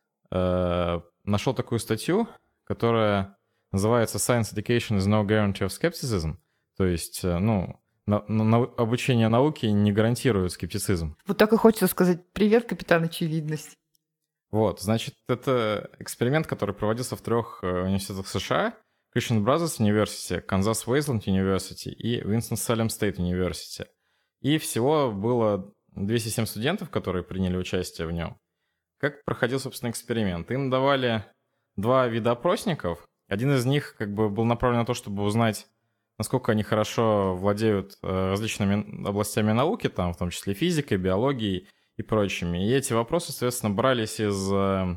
э, нашел такую статью, которая называется «Science Education is no guarantee of skepticism». То есть, э, ну, на, на, обучение науки не гарантирует скептицизм. Вот так и хочется сказать «Привет, капитан очевидность». Вот, значит, это эксперимент, который проводился в трех э, университетах США: Christian Brothers University, Kansas Wasteland University и Winston-Salem State University. И всего было двести семь студентов, которые приняли участие в нем. Как проходил, собственно, эксперимент? Им давали два вида опросников. Один из них как бы был направлен на то, чтобы узнать, насколько они хорошо владеют э, различными областями науки, там, в том числе физикой, биологией и прочими. И эти вопросы, соответственно, брались из э,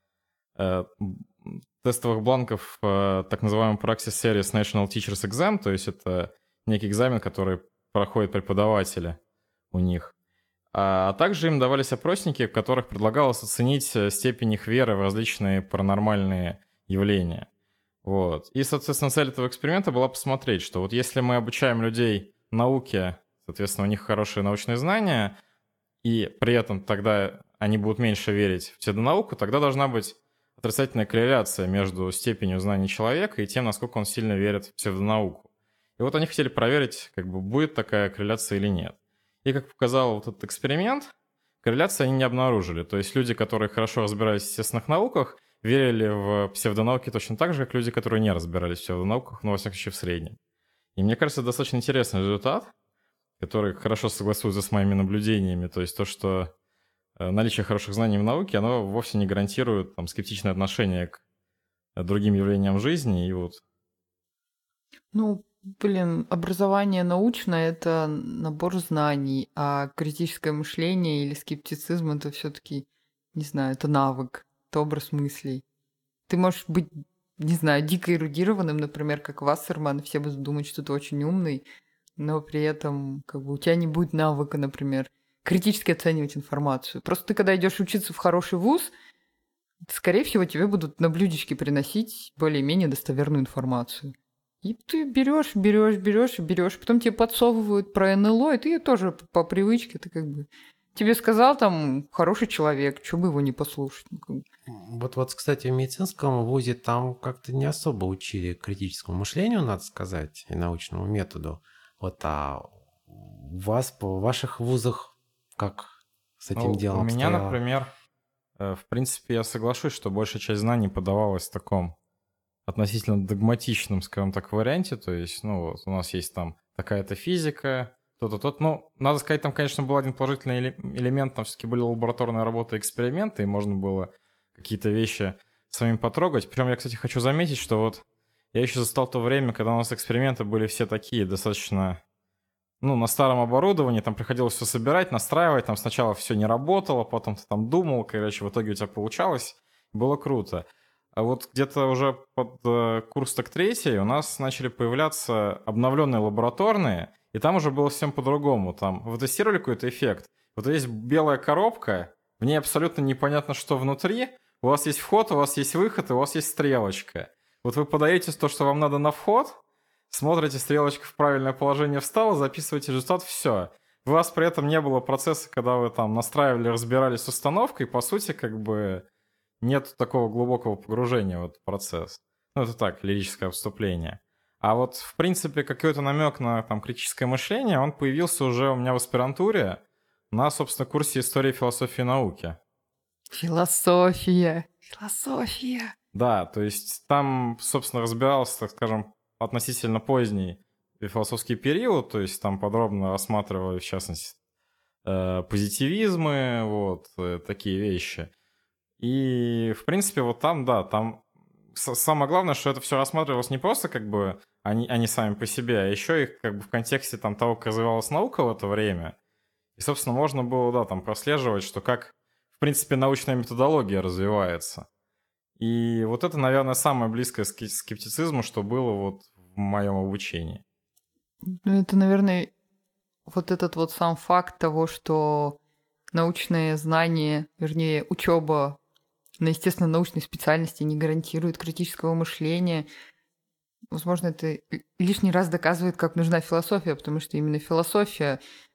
э, тестовых бланков э, так называемой Praxis Series National Teachers Exam, то есть это некий экзамен, который проходят преподаватели у них. А также им давались опросники, в которых предлагалось оценить степень их веры в различные паранормальные явления. Вот. И, соответственно, цель этого эксперимента была посмотреть, что вот если мы обучаем людей науке, соответственно, у них хорошие научные знания, и при этом тогда они будут меньше верить в псевдонауку, тогда должна быть отрицательная корреляция между степенью знаний человека и тем, насколько он сильно верит в псевдонауку. И вот они хотели проверить, как бы будет такая корреляция или нет. И как показал вот этот эксперимент, корреляции они не обнаружили. То есть люди, которые хорошо разбирались в естественных науках, верили в псевдонауки точно так же, как люди, которые не разбирались в псевдонауках, но, во всяком случае, в среднем. И мне кажется, это достаточно интересный результат, который хорошо согласуется с моими наблюдениями. То есть то, что наличие хороших знаний в науке, оно вовсе не гарантирует там скептичное отношение к другим явлениям жизни. И вот. Ну, блин, образование научное — это набор знаний, а критическое мышление или скептицизм — это все-таки, не знаю, это навык, это образ мыслей. Ты можешь быть, не знаю, дико эрудированным, например, как Вассерман, все будут думать, что ты очень умный, но при этом как бы у тебя не будет навыка, например, критически оценивать информацию. Просто ты, когда идешь учиться в хороший вуз, скорее всего, тебе будут на блюдечке приносить более-менее достоверную информацию. И ты берешь, берешь, берешь, берешь, потом тебе подсовывают про эн эл о, и ты тоже по привычке, ты как бы тебе сказал там хороший человек, чего бы его не послушать. Вот, вот, кстати, в медицинском вузе там как-то не особо учили критическому мышлению, надо сказать, и научному методу. Вот, а у вас, в ваших вузах, как с этим ну, делом у меня, обстояло? например, в принципе, я соглашусь, что большая часть знаний подавалась в таком относительно догматичном, скажем так, варианте. То есть, ну, вот у нас есть там такая-то физика, то-то, то-то. Ну, надо сказать, там, конечно, был один положительный элемент, там все-таки были лабораторные работы, эксперименты, и можно было какие-то вещи самим потрогать. Причем я, кстати, хочу заметить, что вот я еще застал то время, когда у нас эксперименты были все такие достаточно, ну, на старом оборудовании, там приходилось все собирать, настраивать, там сначала все не работало, потом ты там думал, короче, в итоге у тебя получалось, было круто. А вот где-то уже под э, курс так третий у нас начали появляться обновленные лабораторные, и там уже было всем по-другому. Там вы тестировали какой-то эффект. Вот есть белая коробка, в ней абсолютно непонятно, что внутри. У вас есть вход, у вас есть выход, и у вас есть стрелочка. Вот вы подаете то, что вам надо на вход, смотрите, стрелочка в правильное положение встала, записываете результат, все. У вас при этом не было процесса, когда вы там настраивали, разбирались с установкой, по сути, как бы нет такого глубокого погружения в этот процесс. Ну, это так, лирическое вступление. А вот, в принципе, какой-то намек на там, критическое мышление, он появился уже у меня в аспирантуре на, собственно, курсе истории философии и науки. Философия, философия. Да, то есть там, собственно, разбирался, так скажем, относительно поздний философский период, то есть там подробно рассматривали, в частности, позитивизмы, вот, такие вещи. И, в принципе, вот там, да, там самое главное, что это все рассматривалось не просто как бы они, они сами по себе, а еще их как бы в контексте там того, как развивалась наука в это время. И, собственно, можно было, да, там прослеживать, что как, в принципе, научная методология развивается. И вот это, наверное, самое близкое к скептицизму, что было вот в моем обучении. Ну, это, наверное, вот этот вот сам факт того, что научные знания, вернее, учеба на естественно-научной специальности не гарантирует критического мышления. Возможно, это лишний раз доказывает, как нужна философия, потому что именно философия,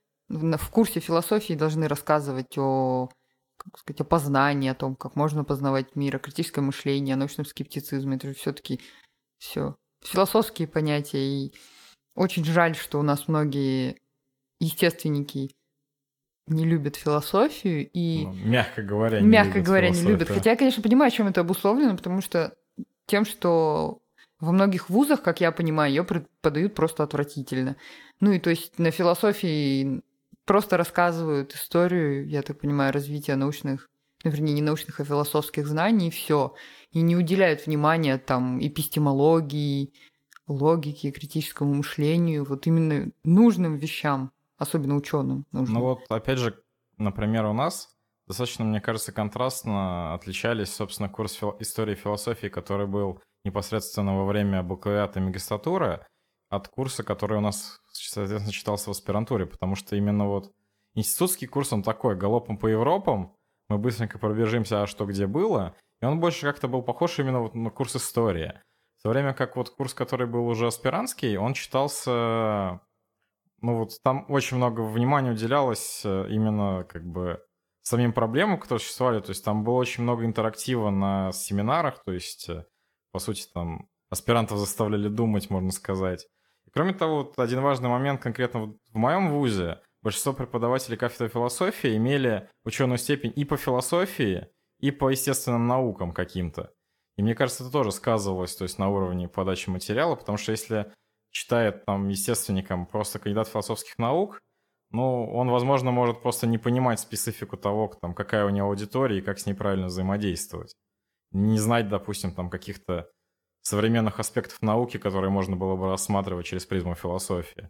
в курсе философии должны рассказывать о, как сказать, о познании, о том, как можно познавать мир, о критическом мышлении, о научном скептицизме. Это же все-таки все философские понятия. И очень жаль, что у нас многие естественники не любят философию и... Ну, мягко говоря, не мягко любят говоря, не философию. любят. Хотя я, конечно, понимаю, чем это обусловлено, потому что тем, что во многих вузах, как я понимаю, ее преподают просто отвратительно. Ну и то есть на философии просто рассказывают историю, я так понимаю, развития научных, ну, вернее, не научных, а философских знаний, и все. И не уделяют внимания там эпистемологии, логике, критическому мышлению, вот именно нужным вещам. Особенно ученым нужно. Ну вот, опять же, например, у нас достаточно, мне кажется, контрастно отличались, собственно, курс фил... истории и философии, который был непосредственно во время бакалавриата и магистратуры, от курса, который у нас, соответственно, читался в аспирантуре, потому что именно вот институтский курс, он такой, галопом по Европам, мы быстренько пробежимся, а что где было, и он больше как-то был похож именно вот на курс истории. В то время как вот курс, который был уже аспирантский, он читался... Ну вот там очень много внимания уделялось именно как бы самим проблемам, которые существовали. То есть там было очень много интерактива на семинарах. То есть, по сути, там аспирантов заставляли думать, можно сказать. И кроме того, вот один важный момент конкретно в моем вузе. Большинство преподавателей кафедры философии имели ученую степень и по философии, и по естественным наукам каким-то. И мне кажется, это тоже сказывалось, то есть на уровне подачи материала, потому что если... читает там естественником просто кандидат философских наук, ну, он, возможно, может просто не понимать специфику того, там, какая у него аудитория и как с ней правильно взаимодействовать. Не знать, допустим, там каких-то современных аспектов науки, которые можно было бы рассматривать через призму философии.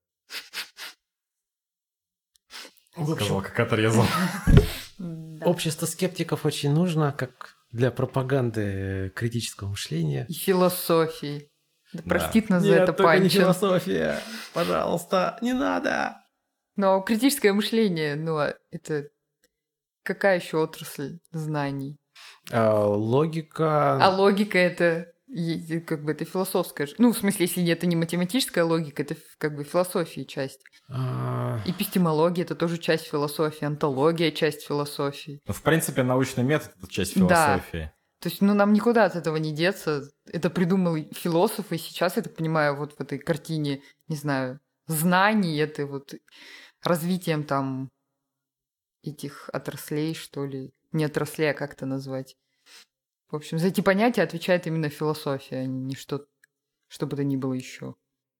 Сказал, как отрезал. Общество скептиков очень нужно, как для пропаганды критического мышления. И философии. Да простит Да. нас за Нет, это только не Панчин. философия. Пожалуйста, не надо. Но критическое мышление, ну, а это какая еще отрасль знаний? А, логика... А логика это е- как бы это философская. ж- Ну, в смысле, если это не математическая логика, это ф- как бы философии часть. а, Эпистемология это тоже часть философии, онтология часть философии. Ну, в принципе, научный метод — это часть Да. философии. То есть, ну, нам никуда от этого не деться. Это придумал философ, и сейчас, я так понимаю, вот в этой картине, не знаю, знаний, это вот развитием там этих отраслей, что ли. Не отраслей, а как это назвать. В общем, за эти понятия отвечает именно философия, а не что, что бы то ни было еще.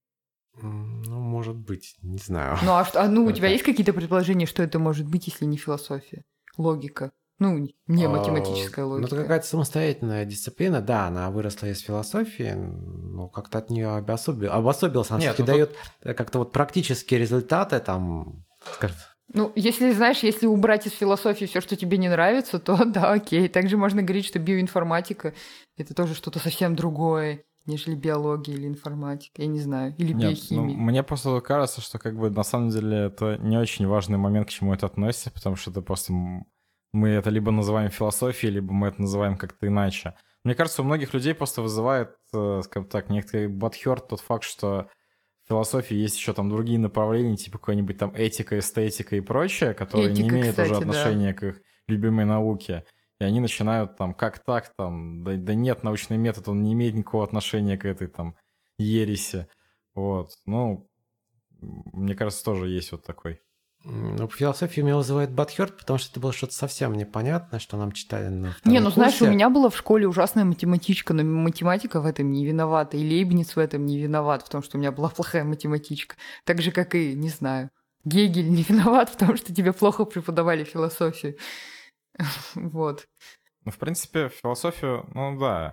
ну, может быть, не знаю. Ну, а, что, а ну, у тебя Это- есть какие-то предположения, что это может быть, если не философия? Логика. Ну, не математическая А, логика. Ну, это какая-то самостоятельная дисциплина, да, она выросла из философии, но как-то от нее обособил, обособился. Она Нет, все-таки ну дает как-то вот практические результаты, там, скажем, Ну, если, знаешь, если убрать из философии все, что тебе не нравится, то да, окей. Также можно говорить, что биоинформатика — это тоже что-то совсем другое, нежели биология или информатика. Я не знаю. Или Нет, ну, биохимия. мне просто кажется, что как бы на самом деле это не очень важный момент, к чему это относится, потому что это просто м, мы это либо называем философией, либо мы это называем как-то иначе. Мне кажется, у многих людей просто вызывает, э, скажем так, некоторый бадхёрт тот факт, что в философии есть еще там другие направления, типа какой-нибудь там этика, эстетика и прочее, которые не Этика, имеют кстати, уже да. отношения к их любимой науке. И они начинают там, как так, там, да, да нет, научный метод, он не имеет никакого отношения к этой там ереси. Вот, ну, мне кажется, тоже есть вот такой. ну, по философии меня вызывает бадхёрт, потому что это было что-то совсем непонятное, что нам читали на втором Не, ну знаешь, у курсе. меня была в школе ужасная математичка, но математика в этом не виновата, и Лейбниц в этом не виноват, в том, что у меня была плохая математичка. Так же, как и, не знаю, Гегель не виноват в том, что тебе плохо преподавали философию. Вот. Ну, в принципе, философию, ну да.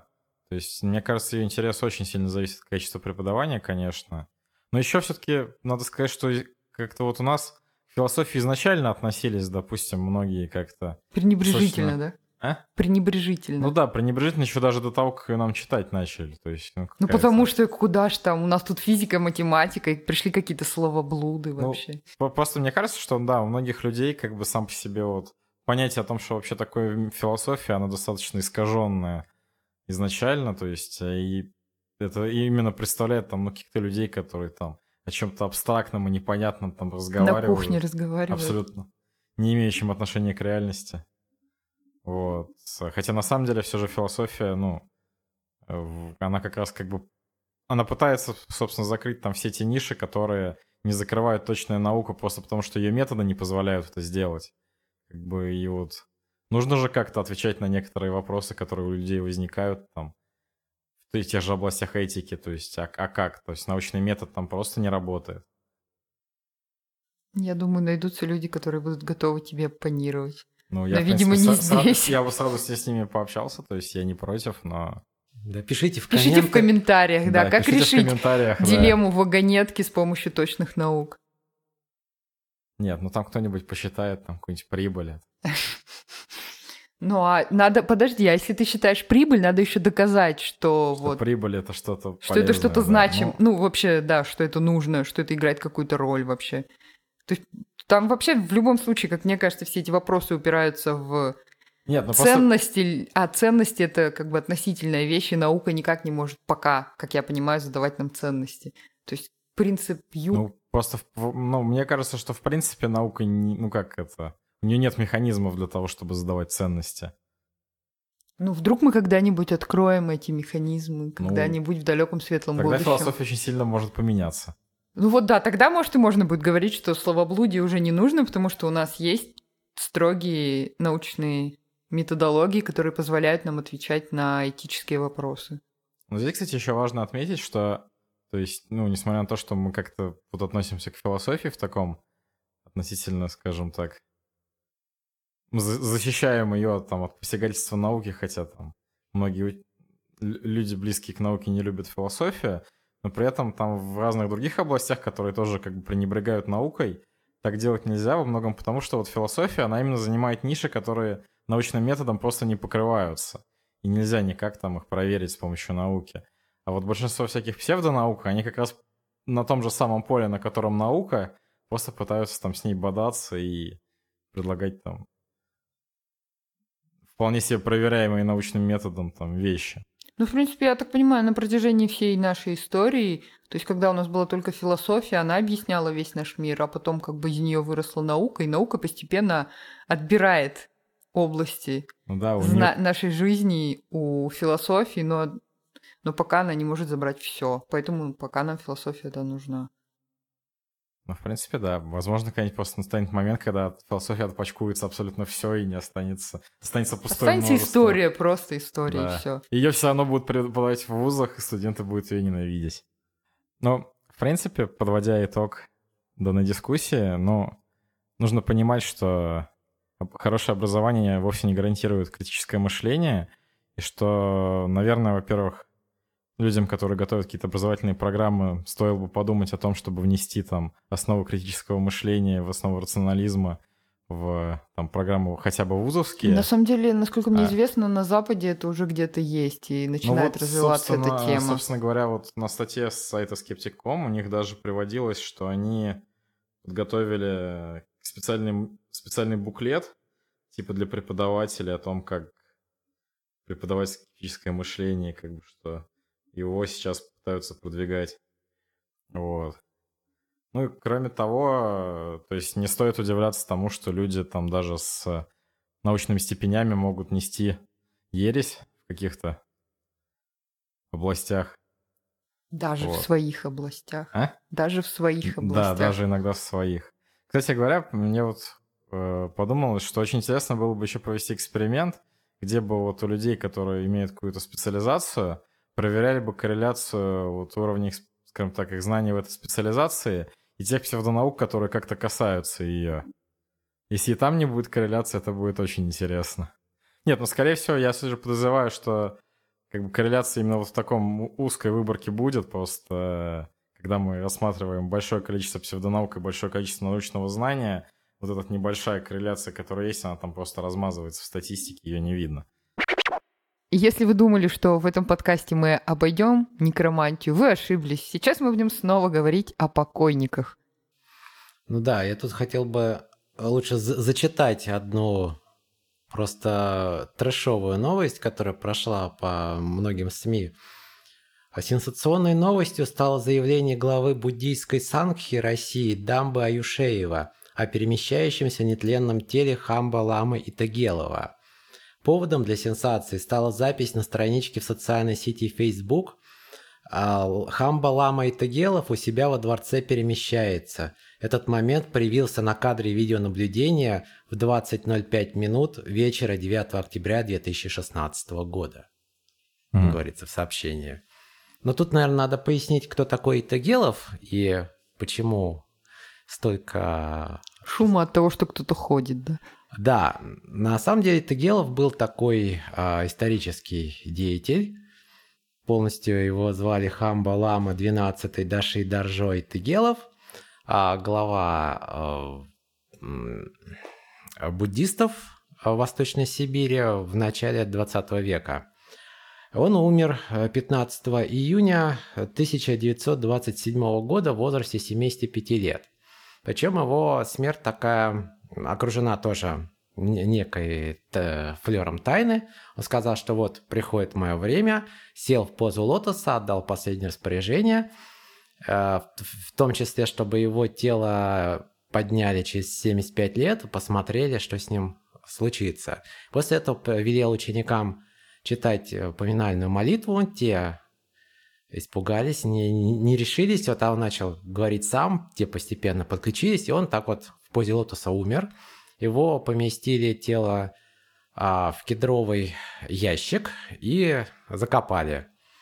То есть, мне кажется, ее интерес очень сильно зависит от качества преподавания, конечно. Но еще все-таки надо сказать, что как-то вот у нас к философии изначально относились, допустим, многие как-то... Пренебрежительно, достаточно- да? А? Пренебрежительно. Ну да, пренебрежительно еще даже до того, как ее нам читать начали. То есть, ну, Ну, какая-то- потому что куда ж там, у нас тут физика, математика, и пришли какие-то словоблуды Ну, вообще. По- Просто мне кажется, что да, у многих людей как бы сам по себе вот понятие о том, что вообще такое философия, она достаточно искаженная изначально, то есть э, и это именно представляет там ну, каких-то людей, которые там о чем-то абстрактном и непонятном там На разговаривают. кухне разговаривают. Абсолютно. Не имеющим отношения к реальности. Вот. Хотя на самом деле все же философия, ну, э, в- она как раз как бы... Она пытается, собственно, закрыть там все те ниши, которые не закрывают точная наука просто потому, что ее методы не позволяют это сделать. Как бы и вот... Нужно же как-то отвечать на некоторые вопросы, которые у людей возникают там в тех же областях этики, то есть, а, а как? То есть научный метод там просто не работает. Я думаю, найдутся люди, которые будут готовы тебе оппонировать. Ну, Но, я, в видимо, принципе, не с- с- здесь. я бы с радостью с ними пообщался, то есть я не против, но... Да, пишите в Пишите в комментариях. комментариях, да, как пишите в решить комментариях, да. дилемму вагонетки с помощью точных наук. Нет, ну там кто-нибудь посчитает там какую-нибудь прибыль. Ну, а надо, подожди, а если ты считаешь прибыль, надо еще доказать, что, Что вот, прибыль это что-то что это что-то полезное, да. значимо. Ну, Ну, вообще, да, что это нужно, что это играет какую-то роль вообще. То есть там вообще в любом случае, как мне кажется, все эти вопросы упираются в нет, ну просто... ценности, а ценности это как бы относительная вещь, и наука никак не может пока, как я понимаю, задавать нам ценности. То есть принцип Ю... Ну, просто, в- ну, мне кажется, что в принципе наука, не, ну как это... У нее нет механизмов для того, чтобы задавать ценности. Ну, вдруг мы когда-нибудь откроем эти механизмы, когда-нибудь в далеком светлом Тогда будущем. философия очень сильно может поменяться. Ну вот да, тогда, может, и можно будет говорить, что словоблудие уже не нужно, потому что у нас есть строгие научные методологии, которые позволяют нам отвечать на этические вопросы. Но здесь, кстати, еще важно отметить, что, то есть, ну, несмотря на то, что мы как-то вот относимся к философии в таком относительно, скажем так, мы за- защищаем ее там от посягательства науки, хотя там многие у- лю- люди, близкие к науке, не любят философию, но при этом там в разных других областях, которые тоже как бы пренебрегают наукой, так делать нельзя во многом потому, что вот философия, она именно занимает ниши, которые научным методом просто не покрываются. И нельзя никак там их проверить с помощью науки. А вот большинство всяких псевдонаук, они как раз на том же самом поле, на котором наука, просто пытаются там с ней бодаться и предлагать там вполне себе проверяемые научным методом там вещи. Ну, в принципе, я так понимаю, на протяжении всей нашей истории, то есть когда у нас была только философия, она объясняла весь наш мир, а потом как бы из нее выросла наука, и наука постепенно отбирает области Ну да, у зна- неё- нашей жизни у философии, но, но пока она не может забрать все. Поэтому пока нам философия да, нужна. Ну, в принципе, да. Возможно, когда-нибудь просто настанет момент, когда от философии отпачкуется абсолютно все и не останется. Останется пустое Останется множество. история, просто история, Да. и все. Ее все равно будут преподавать в вузах, и студенты будут ее ненавидеть. Ну, в принципе, подводя итог данной дискуссии, ну, нужно понимать, что хорошее образование вовсе не гарантирует критическое мышление, и что, наверное, во-первых, людям, которые готовят какие-то образовательные программы, стоило бы подумать о том, чтобы внести там основу критического мышления, в основу рационализма в там, программу хотя бы вузовские. На самом деле, насколько мне А. известно, на Западе это уже где-то есть, и начинает вот, развиваться эта собственно- тема. Собственно говоря, вот на статье с сайта Skeptic точка ком у них даже приводилось, что они подготовили специальный, специальный буклет типа для преподавателей о том, как преподавать критическое мышление, как бы что его сейчас пытаются продвигать. Вот. Ну и кроме того, то есть не стоит удивляться тому, что люди там даже с научными степенями могут нести ересь в каких-то областях. Даже в Вот. своих областях. А? Даже в своих Да, областях. даже иногда в своих. Кстати говоря, мне вот э, подумалось, что очень интересно было бы еще провести эксперимент, где бы вот у людей, которые имеют какую-то специализацию, проверяли бы корреляцию вот уровней, скажем так, их знаний в этой специализации и тех псевдонаук, которые как-то касаются ее. Если и там не будет корреляции, это будет очень интересно. Нет, ну, скорее всего, я все же подозреваю, что как бы корреляция именно вот в таком узкой выборке будет, просто когда мы рассматриваем большое количество псевдонаук и большое количество научного знания, вот эта небольшая корреляция, которая есть, она там просто размазывается в статистике, ее не видно. Если вы думали, что в этом подкасте мы обойдем некромантию, вы ошиблись. Сейчас мы будем снова говорить о покойниках. Ну да, я тут хотел бы лучше за- зачитать одну просто трэшовую новость, которая прошла по многим СМИ. А сенсационной новостью стало заявление главы буддийской сангхи России Дамбы Аюшеева о перемещающемся нетленном теле Хамба Ламы Итагелова. Поводом для сенсации стала запись на страничке в социальной сети Facebook. Хамба Лама Итагелов у себя во дворце перемещается. Этот момент появился на кадре видеонаблюдения в двадцать ноль пять минут вечера девятого октября две тысячи шестнадцатого года, mm. говорится в сообщении. Но тут, наверное, надо пояснить, кто такой Итагелов и почему столько... Шума от того, что кто-то ходит, да? Да, на самом деле Итагелов был такой а, исторический деятель. Полностью его звали Хамба Лама двенадцатый Даши Даржо Итагелов, а, глава а, а, буддистов в Восточной Сибири в начале двадцатого века. Он умер пятнадцатого июня тысяча девятьсот двадцать седьмого года в возрасте семидесяти пяти лет. Причем его смерть такая окружена тоже некой флером тайны. Он сказал, что вот приходит мое время, сел в позу лотоса, отдал последнее распоряжение, в том числе, чтобы его тело подняли через семьдесят пять лет, посмотрели, что с ним случится. После этого велел ученикам читать поминальную молитву, те испугались, не, не решились, вот он начал говорить сам, те постепенно подключились, и он так вот в позе лотоса умер. Его поместили тело а, в кедровый ящик и закопали.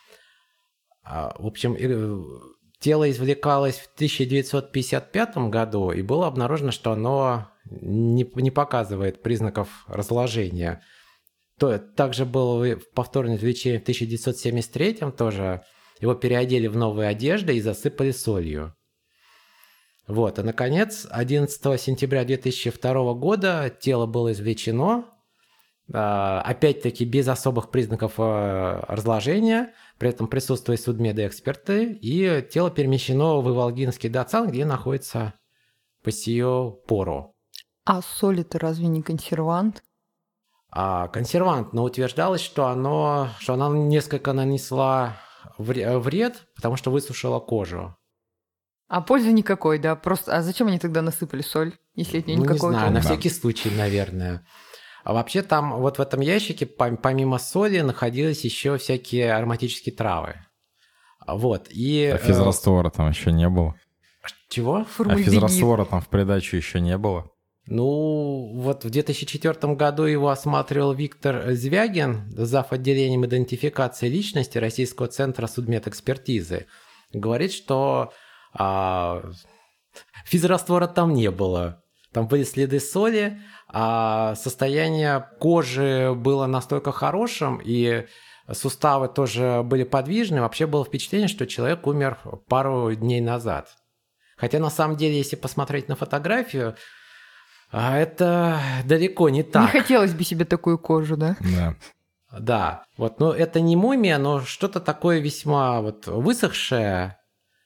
А, в общем, тело извлекалось в тысяча девятьсот пятьдесят пятом году, и было обнаружено, что оно не, не показывает признаков разложения. То, также было повторное извлечение в тысяча девятьсот семьдесят третьем тоже. Его переодели в новые одежды и засыпали солью. Вот, и, наконец, одиннадцатого сентября две тысячи второго года тело было извлечено, опять-таки без особых признаков разложения, при этом присутствуют судмедэксперты, и тело перемещено в Иволгинский дацан, где находится по сию пору. А соль это разве не консервант? А консервант, но утверждалось, что, оно, что она несколько нанесла вред, потому что высушила кожу. А пользы никакой, да? Просто, а зачем они тогда насыпали соль, если от нее ну, никакой? Не знаю, на да. всякий случай, наверное. А вообще там вот в этом ящике помимо соли находились еще всякие ароматические травы. Вот, и... А физраствора там еще не было. Чего? А физраствора там в придачу еще не было. Ну, вот в две тысячи четвёртом году его осматривал Виктор Звягин, зав. Отделением идентификации личности Российского центра судмедэкспертизы. Говорит, что а, физраствора там не было. Там были следы соли, а состояние кожи было настолько хорошим, и суставы тоже были подвижны. Вообще было впечатление, что человек умер пару дней назад. Хотя на самом деле, если посмотреть на фотографию, а это далеко не так. Не хотелось бы себе такую кожу, да? Да. Да, вот, но это не мумия, но что-то такое весьма вот высохшее.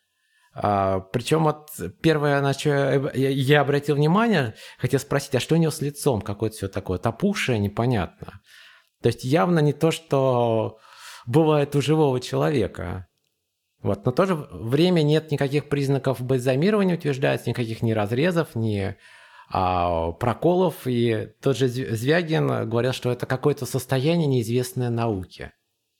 А, причем вот первое, на что я, я обратил внимание, хотел спросить, а что у него с лицом? Какое-то все такое опухшее, непонятно. То есть явно не то, что бывает у живого человека. Вот, но в то же время нет никаких признаков бальзамирования, утверждается, никаких ни разрезов, ни... А, проколов, и тот же Звягин говорил, что это какое-то состояние, неизвестное науке.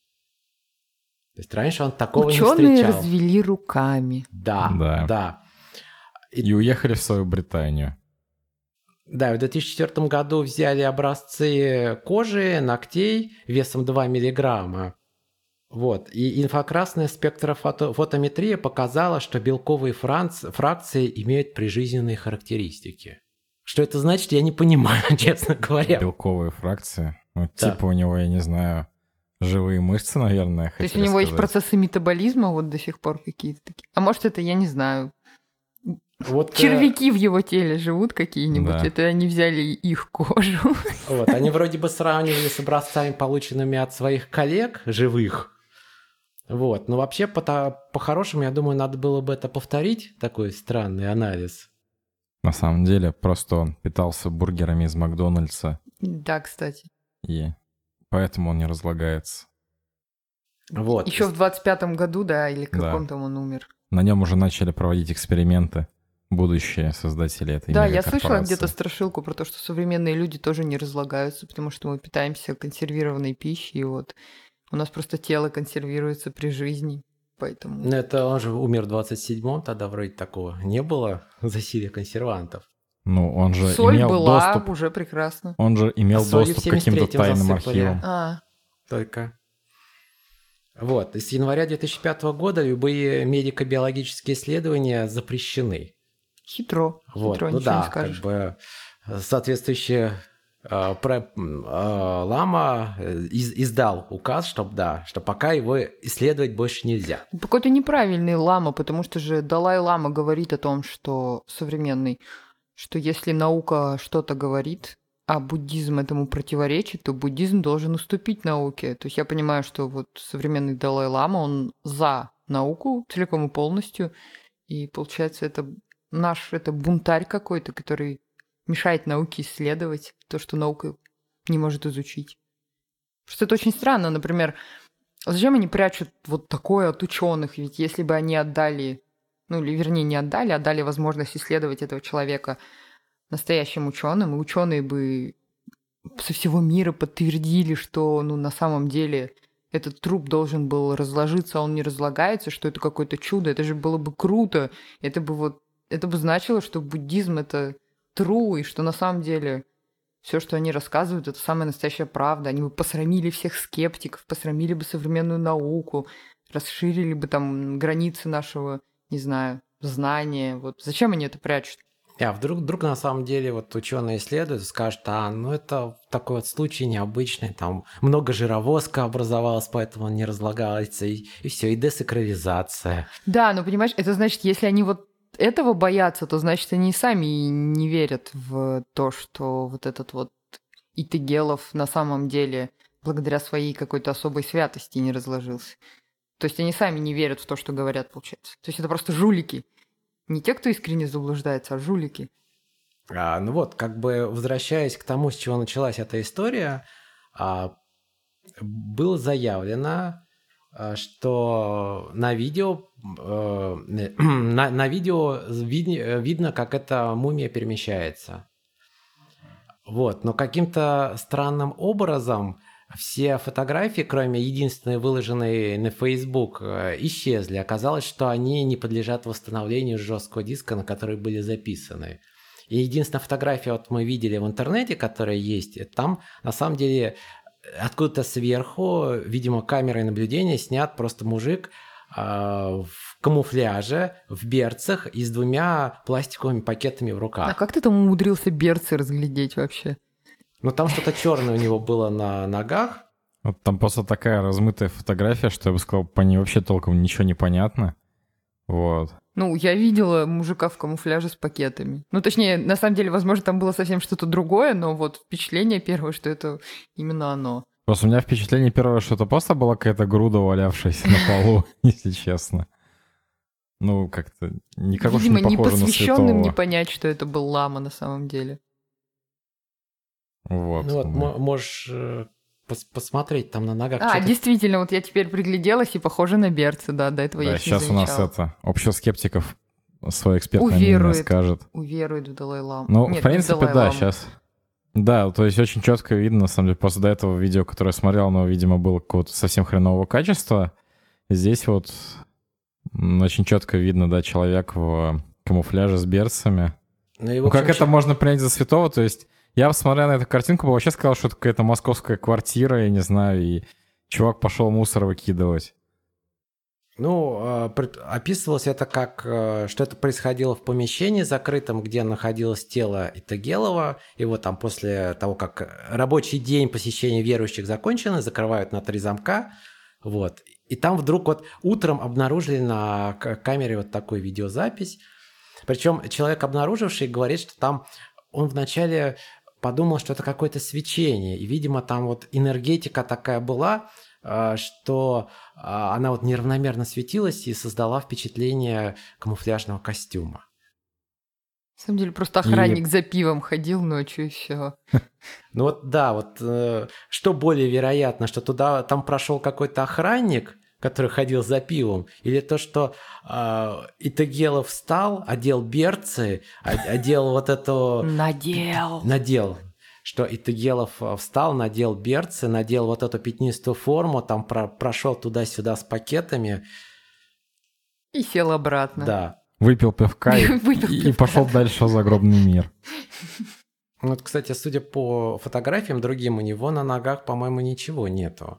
То есть раньше он такого Ученые не встречал. развели руками. Да, да. да. И... и уехали в свою Британию. Да, в две тысячи четвёртом году взяли образцы кожи, ногтей весом два миллиграмма. Вот. И инфракрасная спектрофотометрия показала, что белковые фракции имеют прижизненные характеристики. Что это значит, я не понимаю, честно говоря. Белковые фракции? Ну, да. типа у него, я не знаю, живые мышцы, наверное, То есть у него сказать. есть процессы метаболизма вот до сих пор какие-то такие. А может, это, я не знаю, Вот, червяки э... в его теле живут какие-нибудь, да. Это они взяли их кожу. Вот, они вроде бы сравнивали с образцами, полученными от своих коллег живых. Вот, но вообще, по- по-хорошему, я думаю, надо было бы это повторить, такой странный анализ. На самом деле, просто он питался бургерами из Макдональдса. Да, кстати. И поэтому он не разлагается. Вот. Еще в двадцать пятом году, да, или каком да. там он умер. На нем уже начали проводить эксперименты будущие создатели этой Да, я слышала где-то страшилку про то, что современные люди тоже не разлагаются, потому что мы питаемся консервированной пищей, и вот у нас просто тело консервируется при жизни, поэтому... Ну, это он же умер в двадцать седьмом, тогда вроде такого не было засилия консервантов. Ну, он же Соль имел была доступ... уже прекрасно. Он же имел а доступ к каким-то тайным архивам. А. Только... Вот, и с января две тысячи пятого года любые медико-биологические исследования запрещены. Хитро. Вот, Хитро, ну ничего да, не скажешь. как бы соответствующие э, про, э, Лама из, издал указ, чтобы да, что пока его исследовать больше нельзя. Какой-то неправильный Лама, потому что же Далай-Лама говорит о том, что современный, что если наука что-то говорит, а буддизм этому противоречит, то буддизм должен уступить науке. То есть я понимаю, что вот современный Далай-Лама, он за науку целиком и полностью, и получается это наш это бунтарь какой-то, который мешает науке исследовать то, что наука не может изучить. Что это очень странно, например, зачем они прячут вот такое от ученых? Ведь если бы они отдали, ну или вернее не отдали, а дали возможность исследовать этого человека настоящим ученым, и ученые бы со всего мира подтвердили, что ну, на самом деле этот труп должен был разложиться, а он не разлагается, что это какое-то чудо, это же было бы круто, это бы вот, это бы значило, что буддизм это true, и что на самом деле все, что они рассказывают, это самая настоящая правда. Они бы посрамили всех скептиков, посрамили бы современную науку, расширили бы там границы нашего, не знаю, знания. Вот зачем они это прячут? А вдруг, вдруг на самом деле вот ученые исследуют и скажут, а, ну это такой вот случай необычный, там много жировозка образовалось, поэтому он не разлагается, и, и все, и десакрализация. Да, но понимаешь, это значит, если они вот этого боятся, то значит, они и сами не верят в то, что вот этот вот Итагелов на самом деле благодаря своей какой-то особой святости не разложился. То есть они сами не верят в то, что говорят, получается. То есть это просто жулики. Не те, кто искренне заблуждается, а жулики. А, ну вот, как бы возвращаясь к тому, с чего началась эта история, а, было заявлено, а, что на видео, а, на, на видео вид, видно, как эта мумия перемещается. Вот, но каким-то странным образом все фотографии, кроме единственной выложенной на Facebook, исчезли. Оказалось, что они не подлежат восстановлению жесткого диска, на который были записаны. И единственная фотография, вот мы видели в интернете, которая есть, там на самом деле откуда-то сверху, видимо, камерой наблюдения снят просто мужик э, в камуфляже, в берцах и с двумя пластиковыми пакетами в руках. А как ты там умудрился берцы разглядеть вообще? Ну, там что-то черное у него было на ногах. Вот там просто такая размытая фотография, что я бы сказал, по ней вообще толком ничего не понятно. Вот. Ну, я видела мужика в камуфляже с пакетами. Ну, точнее, на самом деле, возможно, там было совсем что-то другое, но вот впечатление первое, что это именно оно. Просто у меня впечатление первое, что это просто была какая-то груда, валявшаяся на полу, если честно. Ну, как-то никак уж не похоже на святого. Видимо, непосвященным не понять, что это был лама на самом деле. Вот, ну вот да. Можешь э, пос- посмотреть там на ногах. А, что-то... действительно, вот я теперь пригляделась и похоже на берцы, да, до этого да, я их не сейчас замечала. у нас это, общество скептиков свое экспертное уверует, мнение скажет. Уверует в Далай-ламу. Ну, Нет, в принципе, в да, сейчас. Да, то есть очень четко видно, на самом деле, после до этого видео, которое я смотрел, оно, видимо, было какого-то совсем хренового качества. Здесь вот очень четко видно, да, человек в камуфляже с берцами. Ну, и, ну как это можно принять за святого, то есть я, смотря на эту картинку, бы вообще сказал, что это какая-то московская квартира, я не знаю, и чувак пошел мусор выкидывать. Ну, описывалось это как, что это происходило в помещении закрытом, где находилось тело Итагелова. И вот там после того, как рабочий день посещения верующих закончен, закрывают на три замка. Вот. И там вдруг вот утром обнаружили на камере вот такую видеозапись. Причем человек, обнаруживший, говорит, что там он вначале подумал, что это какое-то свечение. И, видимо, там вот энергетика такая была, что она вот неравномерно светилась и создала впечатление камуфляжного костюма. На самом деле просто охранник и... за пивом ходил ночью и все. Ну вот да, вот э, что более вероятно, что туда там прошел какой-то охранник, который ходил за пивом, или то, что э, Итагелов встал, одел берцы, одел вот эту... Надел. Надел. Что Итагелов встал, надел берцы, надел вот эту пятнистую форму, там про- прошел туда-сюда с пакетами. И сел обратно. Да. Выпил пивка и, Выпил и, и пивка. пошел дальше в загробный мир. Вот, кстати, судя по фотографиям другим, у него на ногах, по-моему, ничего нету.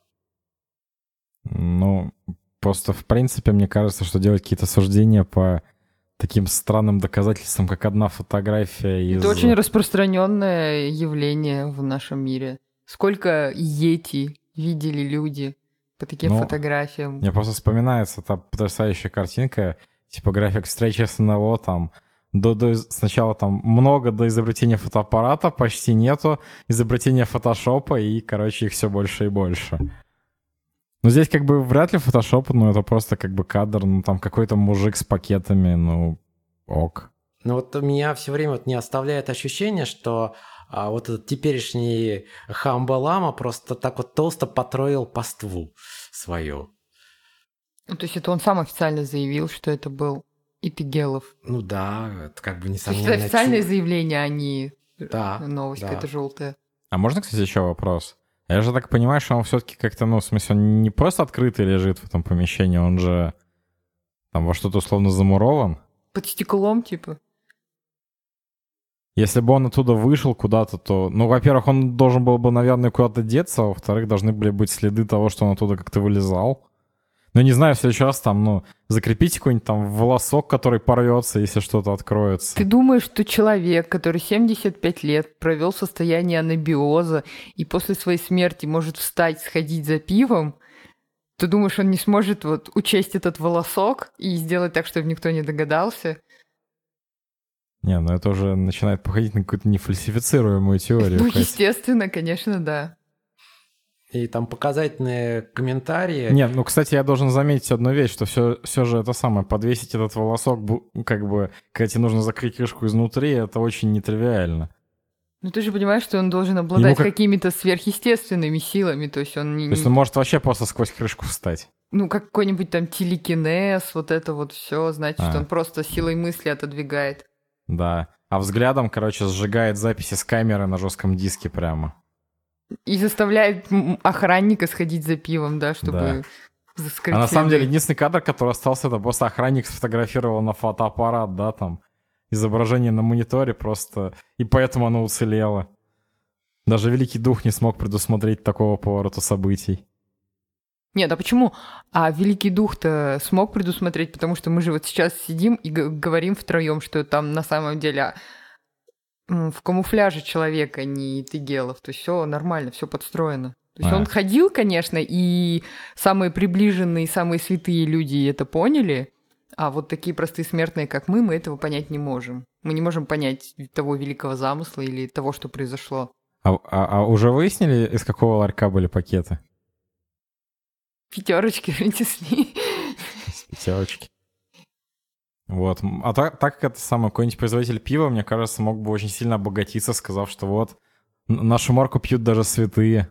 Ну, просто в принципе, мне кажется, что делать какие-то суждения по таким странным доказательствам, как одна фотография из... Это очень распространенное явление в нашем мире. Сколько йети видели люди по таким Ну, фотографиям. Мне просто вспоминается та потрясающая картинка, типа график встречи с эн эл о, там до, до, сначала там много до изобретения фотоаппарата, почти нету, изобретения фотошопа, и, короче, их все больше и больше. Ну, здесь как бы вряд ли фотошоп, ну, это просто как бы кадр, ну, там какой-то мужик с пакетами, ну, ок. Ну вот у меня все время вот не оставляет ощущение, что а, вот этот теперешний Хамба-лама просто так вот толсто потроил паству свою. Ну, то есть это он сам официально заявил, что это был Итагелов. Ну да, это как бы То есть несомненно. это официальное чу- заявление, а не Да, новость да. какая-то желтая. А можно, кстати, еще вопрос? Я же так понимаю, что он все-таки как-то, ну, в смысле, он не просто открытый лежит в этом помещении, он же там во что-то условно замурован. Под стеклом, типа. Если бы он оттуда вышел куда-то, то, ну, во-первых, он должен был бы, наверное, куда-то деться, а во-вторых, должны были быть следы того, что он оттуда как-то вылезал. Ну, не знаю, в следующий раз там, ну, закрепите какой-нибудь там волосок, который порвется, если что-то откроется. Ты думаешь, что человек, который семьдесят пять лет провел в состоянии анабиоза и после своей смерти может встать, сходить за пивом, ты думаешь, он не сможет вот учесть этот волосок и сделать так, чтобы никто не догадался? Не, ну это уже начинает походить на какую-то нефальсифицируемую теорию. Ну, Катя. естественно, конечно, да. И там показательные комментарии. Не, ну, кстати, я должен заметить одну вещь, что все, все же это самое, подвесить этот волосок, бу- как бы, когда тебе нужно закрыть крышку изнутри, это очень нетривиально. Ну, ты же понимаешь, что он должен обладать Ему как- какими-то сверхъестественными силами, то есть он не... То есть он может вообще просто сквозь крышку встать. Ну, как какой-нибудь там телекинез, вот это вот все, значит, А. он просто силой мысли отодвигает. Да. А взглядом, короче, сжигает записи с камеры на жестком диске прямо. И заставляет м, охранника сходить за пивом, да, чтобы скрыть А на самом следы. деле единственный кадр, который остался, это просто охранник сфотографировал на фотоаппарат, да, там, изображение на мониторе просто, и поэтому оно уцелело. Даже Великий Дух не смог предусмотреть такого поворота событий. Нет, а почему? А Великий Дух-то смог предусмотреть, потому что мы же вот сейчас сидим и г- говорим втроем, что там на самом деле м, в камуфляже человека, не Тигелов. То есть все нормально, все подстроено. То есть А. он ходил, конечно, и самые приближенные, самые святые люди это поняли, а вот такие простые смертные, как мы, мы этого понять не можем. Мы не можем понять того великого замысла или того, что произошло. А, а- а уже выяснили, из какого ларька были пакеты? Пятерочки принесли. С пятерочки. Вот. М, А так, так как это самый какой-нибудь производитель пива, мне кажется, мог бы очень сильно обогатиться, сказав, что вот, н- нашу марку пьют даже святые.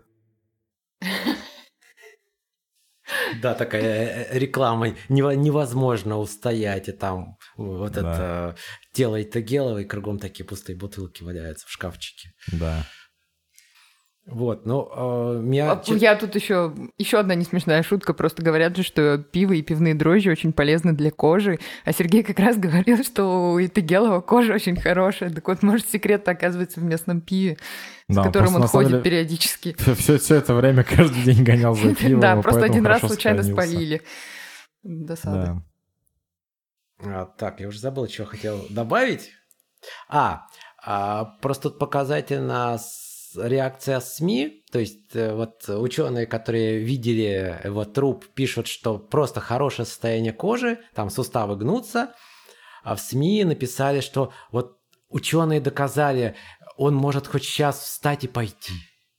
Да, такая э, реклама. Нево- Невозможно устоять. И там вот Да. это тело Итагелова, и кругом такие пустые бутылки валяются в шкафчике. Да. Вот, ну, э, меня... А, Я тут еще еще одна несмешная шутка. Просто говорят же, что пиво и пивные дрожжи очень полезны для кожи. А Сергей как раз говорил, что у Итагелова кожа очень хорошая. Так вот, может, секрет оказывается в местном пиве, Да, с которым просто он на самом ходит деле периодически. Все, все это время каждый день гонял за пивом. Да, и просто поэтому один раз хорошо случайно сохранился. спалили. Досада. Да. А, так, я уже забыл, что хотел добавить. А, а просто тут показательна с- реакция СМИ. То есть э, вот ученые, которые видели его труп, пишут, что просто хорошее состояние кожи, там суставы гнутся. А в СМИ написали, что вот ученые доказали, он может хоть сейчас встать и пойти.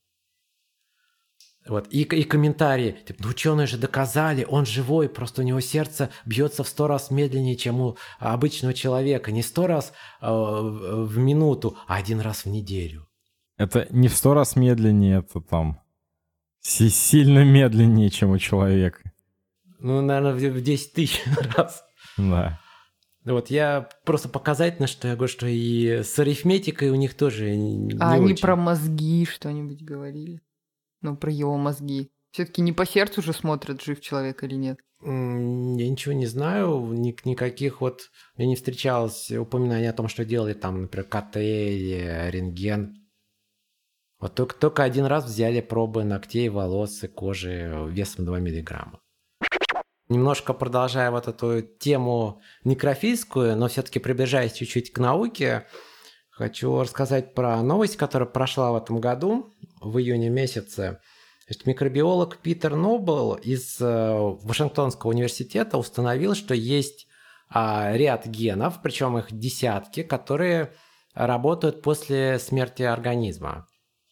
Вот. И, и комментарии, типа, ну ученые же доказали, он живой, просто у него сердце бьется в сто раз медленнее, чем у обычного человека. Не сто раз э, в минуту, а один раз в неделю. Это не в сто раз медленнее, это там си- сильно медленнее, чем у человека. Ну, наверное, в в десять тысяч раз. Да. Вот я просто показательно, что я говорю, что и с арифметикой у них тоже не А они очень. про мозги что-нибудь говорили? Ну, про его мозги. Все-таки не по сердцу же смотрят, жив человек или нет. М, Я ничего не знаю, ни- никаких вот... Мне не встречалось упоминаний о том, что делали там, например, КТ или рентген. Вот только, только один раз взяли пробы ногтей, волос и кожи весом два миллиграмма. Немножко продолжая вот эту тему некрофильскую, но все-таки приближаясь чуть-чуть к науке, хочу рассказать про новость, которая прошла в этом году, в июне месяце. Значит, микробиолог Питер Нобл из э, Вашингтонского университета установил, что есть а, ряд генов, причем их десятки, которые работают после смерти организма.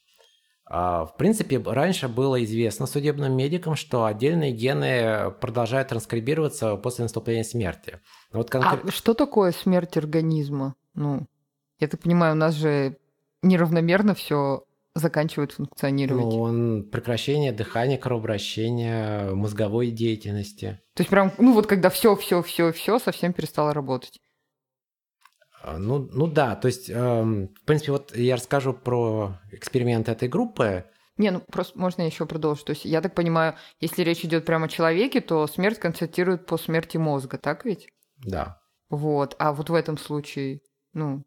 А, В принципе, раньше было известно судебным медикам, что отдельные гены продолжают транскрибироваться после наступления смерти. Но вот конкрет- А что такое смерть организма? Ну, я так понимаю, у нас же неравномерно все заканчивает функционировать. Ну, он прекращение дыхания, кровообращения, мозговой деятельности. То есть прям, ну вот когда все, все, все, все совсем перестало работать. А, Ну, ну да, то есть, эм, в принципе, вот я расскажу про эксперимент этой группы. Не, ну просто можно еще продолжить. То есть я так понимаю, если речь идет прямо о человеке, то смерть констатируют по смерти мозга, так ведь? Да. Вот. А вот в этом случае, ну,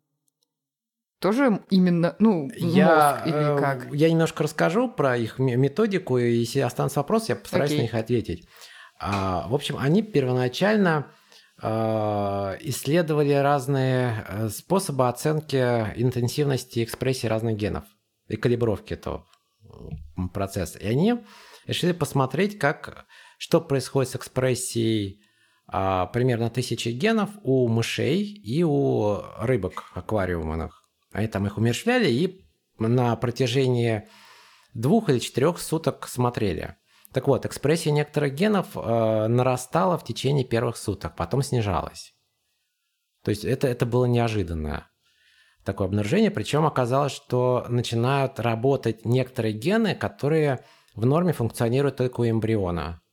тоже именно, ну, Я, мозг или э, как? я немножко расскажу про их ме- методику, и если останутся вопросы, я постараюсь Окей. на них ответить. А, в общем, они первоначально э, исследовали разные э, способы оценки интенсивности и экспрессии разных генов и калибровки этого м, процесса. И они решили посмотреть, как, что происходит с экспрессией а, примерно тысячи генов у мышей и у рыбок аквариумных. Они там их умерщвляли и на протяжении двух или четырех суток смотрели. Так вот, экспрессия некоторых генов э, нарастала в течение первых суток, потом снижалась. То есть это, это было неожиданное такое обнаружение. Причем оказалось, что начинают работать некоторые гены, которые в норме функционируют только у эмбриона.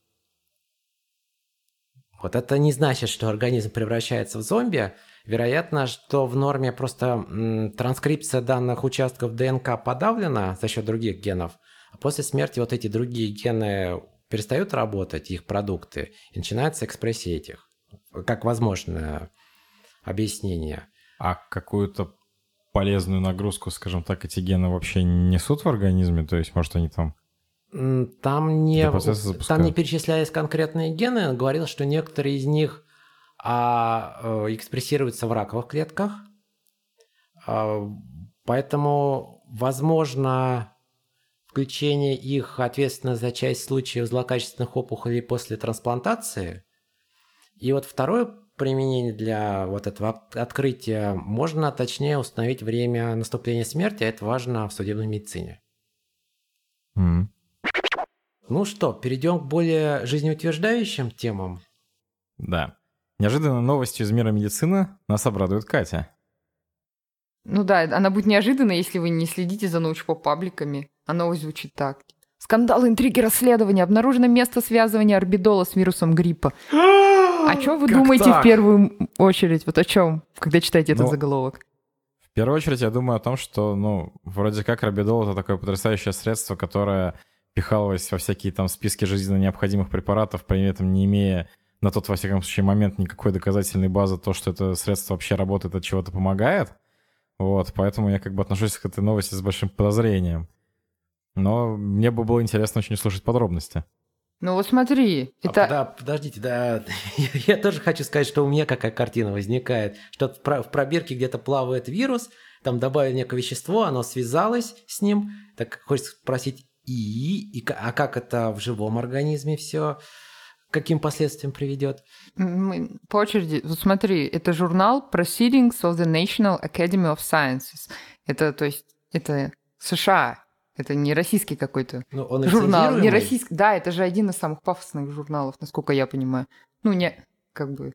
Вот это не значит, что организм превращается в зомби. Вероятно, что в норме просто м, транскрипция данных участков ДНК подавлена за счет других генов, а после смерти вот эти другие гены перестают работать, их продукты, и начинается экспрессия этих, как возможное объяснение. А какую-то полезную нагрузку, скажем так, эти гены вообще несут в организме? То есть, может, они там... М, Там не, Какие процессы там запускают? не перечислялись конкретные гены, говорилось, что некоторые из них а, э, экспрессируются в раковых клетках, а, поэтому, возможно, включение их ответственно за часть случаев злокачественных опухолей после трансплантации. И вот второе применение для вот этого от- открытия можно точнее установить время наступления смерти, а это важно в судебной медицине. М. Ну что, перейдем к более жизнеутверждающим темам. Да. Неожиданной новостью из мира медицины нас обрадует Катя. Ну да, она будет неожиданной, если вы не следите за научпоп-пабликами. А новость звучит так. Скандал, интриги, расследования. Обнаружено место связывания орбидола с вирусом гриппа. О чем вы Как думаете так? в первую очередь? Вот о чем, когда читаете этот Ну, заголовок? В первую очередь я думаю о том, что, ну, вроде как орбидол — это такое потрясающее средство, которое пихалось во всякие там списки жизненно необходимых препаратов, при этом не имея на тот, во всяком случае, момент никакой доказательной базы, то, что это средство вообще работает, от чего-то помогает. Вот, поэтому я как бы отношусь к этой новости с большим подозрением. Но мне бы было интересно очень услышать подробности. Ну вот смотри, А, это... да, подождите, да, я тоже хочу сказать, что у меня какая картина возникает, что в про- в пробирке где-то плавает вирус, там добавили некое вещество, оно связалось с ним, так хочется спросить, и, и ка- а как это в живом организме все, каким последствиям приведет? Мы по очереди. Вот смотри, это журнал Proceedings of the National Academy of Sciences. Это, то есть, это США. Это не российский какой-то Ну, он журнал. Не лицензируемый? российский. Да, это же один из самых пафосных журналов, насколько я понимаю. Ну, не, как бы.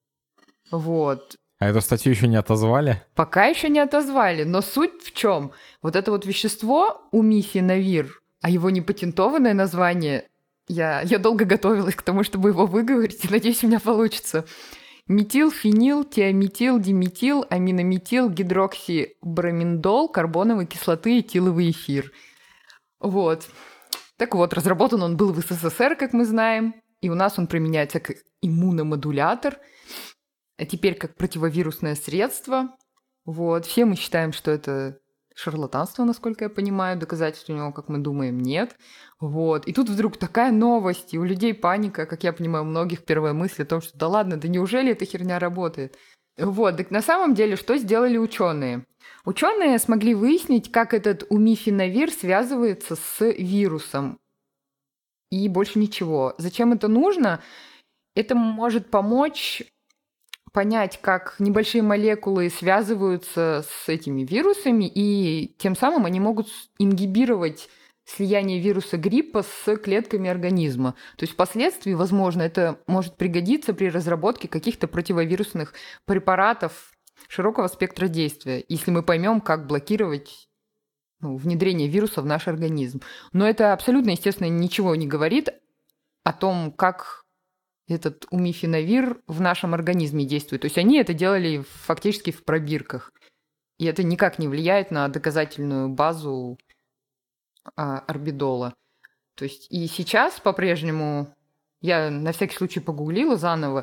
Вот. А эту статью еще не отозвали? Пока еще не отозвали, но суть в чем? Вот это вот вещество умифенавир, а его непатентованное название, я, я долго готовилась к тому, чтобы его выговорить, и надеюсь, у меня получится. Метил, фенил, тиаметил, диметил, аминометил, гидроксиброминдол, карбоновой кислоты, этиловый эфир. Вот. Так вот, разработан он был в СССР, как мы знаем, и у нас он применяется как иммуномодулятор, а теперь как противовирусное средство. Вот. Все мы считаем, что это шарлатанство, насколько я понимаю. Доказательств у него, как мы думаем, нет. Вот. И тут вдруг такая новость, и у людей паника, как я понимаю, у многих первая мысль о том, что да ладно, да неужели эта херня работает? Вот. Так на самом деле, что сделали ученые? Ученые смогли выяснить, как этот умифенавир связывается с вирусом. И больше ничего. Зачем это нужно? Это может помочь понять, как небольшие молекулы связываются с этими вирусами, и тем самым они могут ингибировать слияние вируса гриппа с клетками организма. То есть впоследствии, возможно, это может пригодиться при разработке каких-то противовирусных препаратов широкого спектра действия, если мы поймем, как блокировать ну, внедрение вируса в наш организм. Но это абсолютно, естественно, ничего не говорит о том, как этот умифенавир в нашем организме действует. То есть они это делали фактически в пробирках. И это никак не влияет на доказательную базу а, орбидола. То есть и сейчас по-прежнему, я на всякий случай погуглила заново,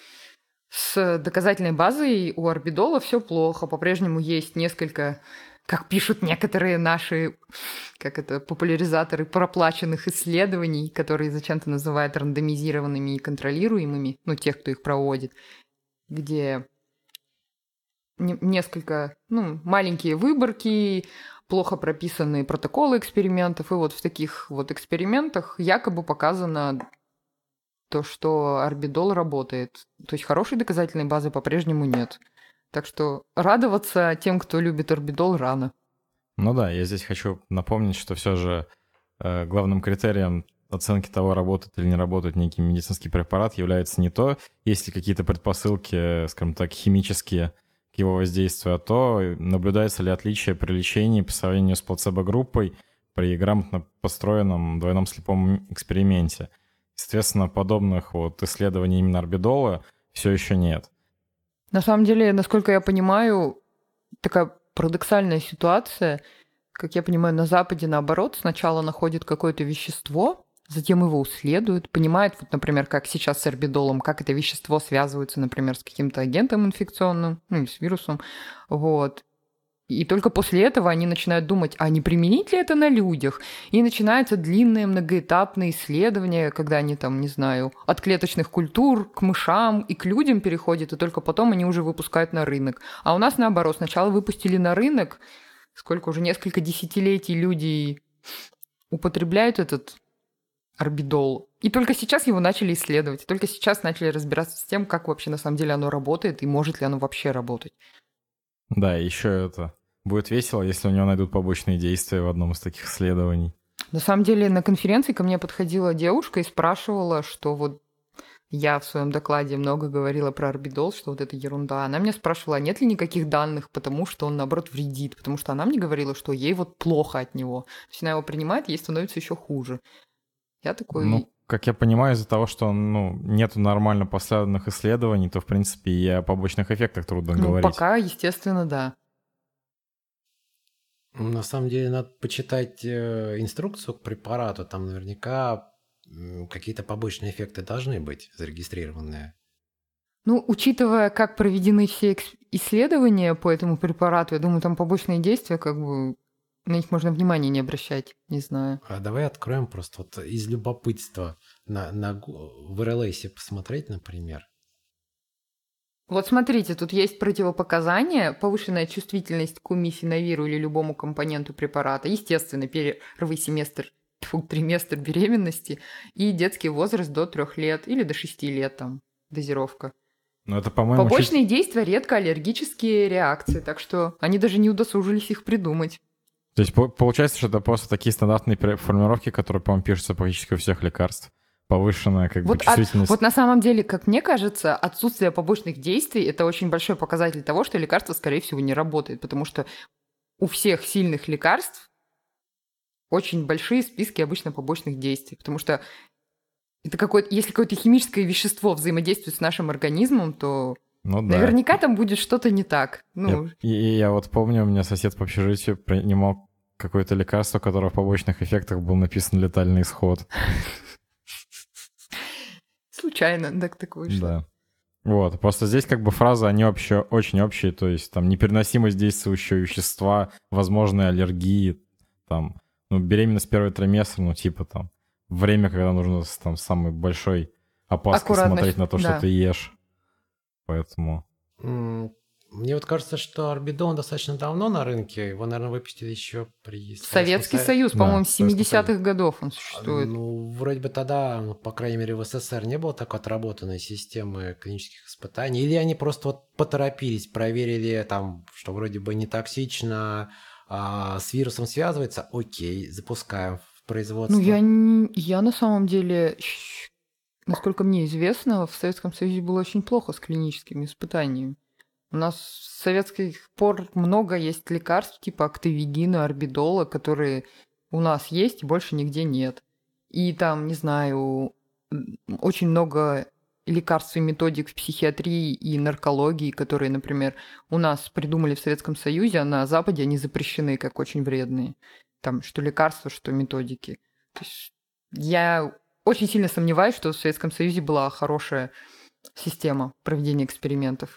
с доказательной базой у орбидола все плохо. По-прежнему есть несколько, как пишут некоторые наши, как это, популяризаторы проплаченных исследований, которые зачем-то называют рандомизированными и контролируемыми, ну, тех, кто их проводит, где не- несколько, ну, маленькие выборки, плохо прописанные протоколы экспериментов, и вот в таких вот экспериментах якобы показано то, что орбидол работает. То есть хорошей доказательной базы по-прежнему нет. Так что радоваться тем, кто любит орбидол, рано. Ну да, я здесь хочу напомнить, что все же э, главным критерием оценки того, работает или не работает некий медицинский препарат, является не то, есть ли какие-то предпосылки, скажем так, химические к его воздействию, а то, наблюдается ли отличие при лечении по сравнению с плацебо-группой при грамотно построенном двойном слепом эксперименте. Естественно, подобных вот исследований именно орбидола все еще нет. На самом деле, насколько я понимаю, такая парадоксальная ситуация. Как я понимаю, на Западе наоборот, сначала находят какое-то вещество, затем его исследуют, понимают, вот, например, как сейчас с орбидолом, как это вещество связывается, например, с каким-то агентом инфекционным, ну или с вирусом, вот. И только после этого они начинают думать, а не применить ли это на людях? И начинается длинное многоэтапное исследование, когда они там, не знаю, от клеточных культур к мышам и к людям переходят, и только потом они уже выпускают на рынок. А у нас наоборот, сначала выпустили на рынок, сколько уже несколько десятилетий люди употребляют этот орбидол. И только сейчас его начали исследовать, только сейчас начали разбираться с тем, как вообще на самом деле оно работает и может ли оно вообще работать. Да, еще это будет весело, если у него найдут побочные действия в одном из таких исследований. На самом деле на конференции ко мне подходила девушка и спрашивала, что вот я в своем докладе много говорила про орбидол, что вот это ерунда. Она меня спрашивала, а нет ли никаких данных, потому что он, наоборот, вредит. Потому что она мне говорила, что ей вот плохо от него. То есть она его принимает, ей становится еще хуже. Я такой... Ну, как я понимаю, из-за того, что ну, нет нормально поставленных исследований, то, в принципе, и о побочных эффектах трудно ну, говорить. Пока, естественно, да. На самом деле надо почитать э, инструкцию к препарату, там наверняка м, какие-то побочные эффекты должны быть зарегистрированные. Ну, учитывая, как проведены все экс- исследования по этому препарату, я думаю, там побочные действия как бы на них можно внимания не обращать, не знаю. А давай откроем просто вот из любопытства на, на, гу- в эр эл эс посмотреть, например. Вот смотрите, тут есть противопоказания: повышенная чувствительность к умифенавиру или любому компоненту препарата, естественно, первый семестр, тьфу, триместр беременности и детский возраст до трех лет или до шести лет, там, дозировка. Ну, это, по-моему, чуть- Побочные действия редко аллергические реакции, так что они даже не удосужились их придумать. То есть по- получается, что это просто такие стандартные пре- формулировки, которые, по-моему, пишутся практически у всех лекарств. Повышенная как бы Вот, от- чувствительность. вот на самом деле, как мне кажется, отсутствие побочных действий – это очень большой показатель того, что лекарство, скорее всего, не работает, потому что у всех сильных лекарств очень большие списки обычно побочных действий, потому что это какое-то, если какое-то химическое вещество взаимодействует с нашим организмом, то Ну да. наверняка там будет что-то не так. Ну, Я- И, и я вот помню, у меня сосед по общежитию принимал какое-то лекарство, у которого в побочных эффектах был написан летальный исход. случайно так так вышло. Да. Вот, просто здесь как бы фразы, они вообще очень общие, то есть там непереносимость действующего вещества, возможные аллергии, там, ну, беременность первый триместр, ну, типа там, время, когда нужно с там самой большой опаской Аккуратно, смотреть на то, да. что ты ешь. Поэтому... М, Мне вот кажется, что Орбидон достаточно давно на рынке. Его, наверное, выпустили еще при Советский Советском Союз, Да, по-моему, с Советском семидесятых годов он Союзе. существует. Ну, вроде бы тогда, ну, по крайней мере, в эс эс эс эр не было такой отработанной системы клинических испытаний. Или они просто вот поторопились, проверили там, что вроде бы не токсично, а с вирусом связывается. Окей, запускаем в производство. Ну, я, не- я на самом деле, щ- насколько мне известно, в Советском Союзе было очень плохо с клиническими испытаниями. У нас с советских пор много есть лекарств типа актовигина, орбидола, которые у нас есть и больше нигде нет. И там, не знаю, м, очень много лекарств и методик в психиатрии и наркологии, которые, например, у нас придумали в Советском Союзе, а на Западе они запрещены как очень вредные. Там что лекарства, что методики. То есть я очень сильно сомневаюсь, что в Советском Союзе была хорошая система проведения экспериментов.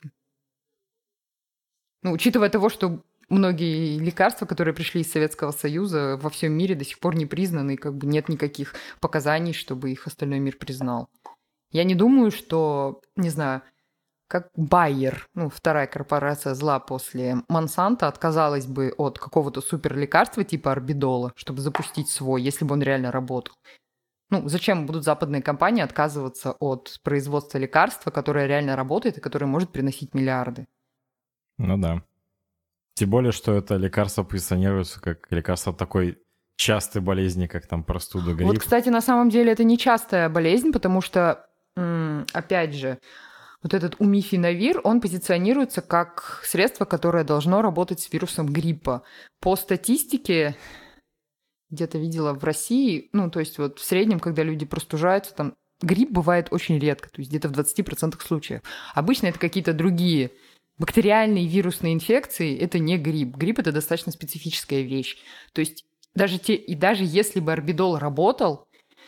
Ну, учитывая того, что многие лекарства, которые пришли из Советского Союза, во всем мире до сих пор не признаны, и как бы нет никаких показаний, чтобы их остальной мир признал. Я не думаю, что, не знаю, как Байер, ну, вторая корпорация зла после Монсанто, отказалась бы от какого-то суперлекарства типа орбидола, чтобы запустить свой, если бы он реально работал. Ну, зачем будут западные компании отказываться от производства лекарства, которое реально работает и которое может приносить миллиарды? Ну да. Тем более, что это лекарство позиционируется как лекарство от такой частой болезни, как там простуда, грипп. Вот, кстати, на самом деле это не частая болезнь, потому что, м, опять же, вот этот умифенавир, он позиционируется как средство, которое должно работать с вирусом гриппа. По статистике, где-то видела в России, ну, то есть вот в среднем, когда люди простужаются, там грипп бывает очень редко, то есть где-то в двадцати процентах случаев. Обычно это какие-то другие бактериальные вирусные инфекции, это не грипп. Грипп – это достаточно специфическая вещь. То есть даже те, и даже если бы орбидол работал,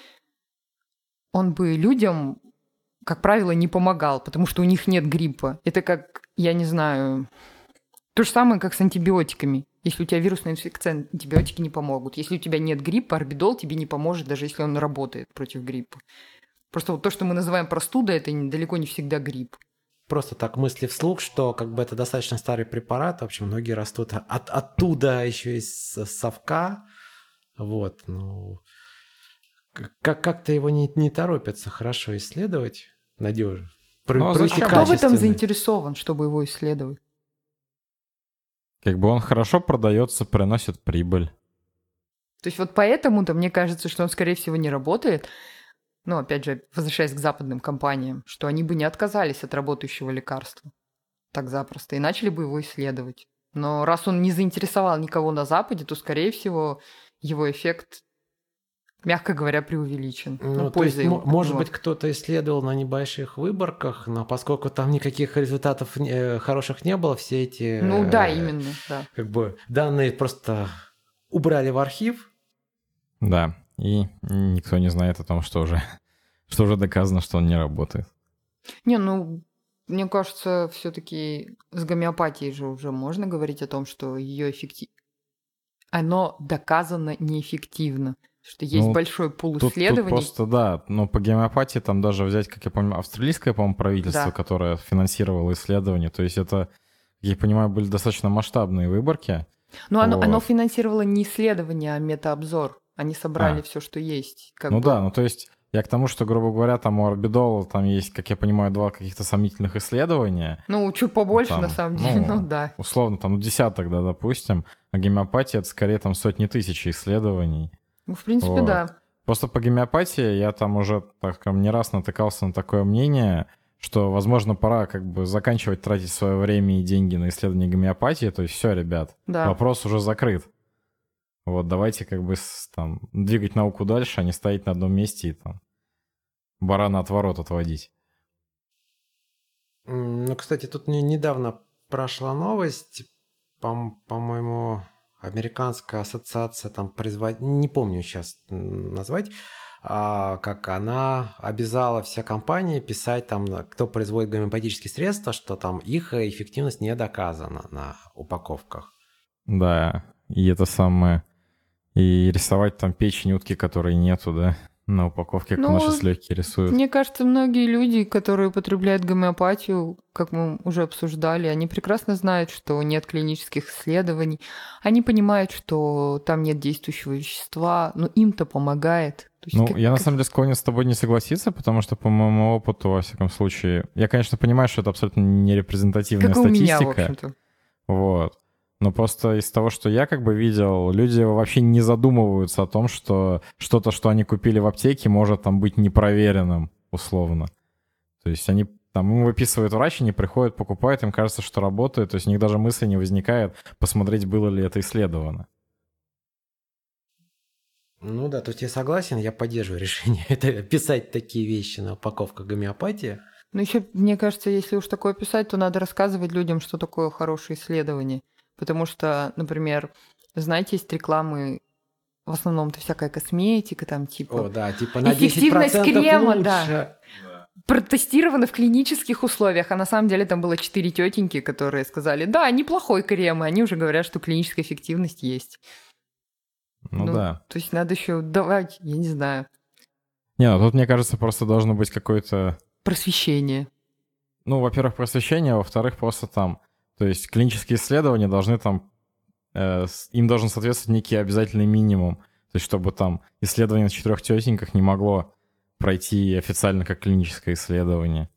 он бы людям, как правило, не помогал, потому что у них нет гриппа. Это как, я не знаю, то же самое, как с антибиотиками. Если у тебя вирусная инфекция, антибиотики не помогут. Если у тебя нет гриппа, орбидол тебе не поможет, даже если он работает против гриппа. Просто вот то, что мы называем простудой, это не- далеко не всегда грипп. Просто так мысли вслух, что как бы это достаточно старый препарат, в общем, многие растут от, оттуда еще из совка, вот, ну, как- как-то его не, не торопятся хорошо исследовать, надежно. Про- Ну, а провести зачем? Кто в этом качественно. заинтересован, чтобы его исследовать? Как бы он хорошо продается, приносит прибыль. То есть вот поэтому-то мне кажется, что он, скорее всего, не работает. Ну, опять же, возвращаясь к западным компаниям, что они бы не отказались от работающего лекарства так запросто и начали бы его исследовать. Но раз он не заинтересовал никого на Западе, то, скорее всего, его эффект, мягко говоря, преувеличен. Ну, Ну, то есть, польза мо- его- может его. быть, кто-то исследовал на небольших выборках, но поскольку там никаких результатов не- э, хороших не было, все эти Ну да, э, именно, да. как бы данные просто убрали в архив. Да, и никто не знает о том, что уже, что уже доказано, что он не работает. Не, ну, мне кажется, все-таки с гомеопатией же уже можно говорить о том, что ее эффектив... оно доказано неэффективно. Что есть Ну, большой пул Тут, тут исследований. просто, да, но по гомеопатии там даже взять, как я помню, австралийское, по-моему, правительство, Да. которое финансировало исследования. То есть это, как я понимаю, были достаточно масштабные выборки. Но оно, оно Вот. финансировало не исследование, а метаобзор. Они собрали А. все, что есть. Как Ну бы. да, ну то есть я к тому, что, грубо говоря, там у Орбидола там есть, как я понимаю, два каких-то сомнительных исследования. Ну, чуть побольше, Там, на самом деле, ну, да. Условно, там, ну, десяток, да, допустим. А гомеопатия — это скорее там сотни тысяч исследований. Ну, в принципе, Вот. да. Просто по гомеопатии я там уже, так скажем, не раз натыкался на такое мнение, что, возможно, пора как бы заканчивать тратить свое время и деньги на исследование гомеопатии. То есть все, ребят, Да. вопрос уже закрыт. Вот давайте как бы с- там двигать науку дальше, а не стоять на одном месте и там барана от ворот отводить. М, Ну, кстати, тут не- недавно прошла новость, по- по-моему, американская ассоциация там производ... не помню сейчас назвать, а, как она обязала все компании писать там, на- кто производит гомеопатические средства, что там их эффективность не доказана на упаковках. Да, и это самое... И рисовать там печень утки, которой нету, да, на упаковке, как Ну, у нас сейчас легкие рисуют. Мне кажется, многие люди, которые употребляют гомеопатию, как мы уже обсуждали, они прекрасно знают, что нет клинических исследований. Они понимают, что там нет действующего вещества, но им-то помогает. То есть Ну, как- я на как- самом деле склонен с тобой не согласиться, потому что по моему опыту, во всяком случае, я, конечно, понимаю, что это абсолютно не репрезентативная как и у меня, в статистика. общем-то. Вот. Но просто из того, что я как бы видел, люди вообще не задумываются о том, что что-то, что они купили в аптеке, может там быть непроверенным, условно. То есть они там, ему выписывает врач, они приходят, покупают, им кажется, что работает, то есть у них даже мысли не возникает посмотреть, было ли это исследовано. Ну да, тут я согласен, я поддерживаю решение это, писать такие вещи на упаковках гомеопатии. Ну, еще, мне кажется, если уж такое писать, то надо рассказывать людям, что такое хорошее исследование. Потому что, например, знаете, есть рекламы, в основном-то всякая косметика, там типа О, да, типа на десять эффективность процентов крема, лучше. да. протестировано в клинических условиях, а на самом деле там было четыре тетеньки, которые сказали, да, неплохой крем, и они уже говорят, что клиническая эффективность есть. Ну, да. То есть надо еще давать, я не знаю, Не, ну тут, мне кажется, просто должно быть какое-то... просвещение. Ну, во-первых, просвещение, а во-вторых, просто там... То есть клинические исследования должны там... Э, с- им должен соответствовать некий обязательный минимум. То есть чтобы там исследование на четырех тетеньках не могло пройти официально как клиническое исследование.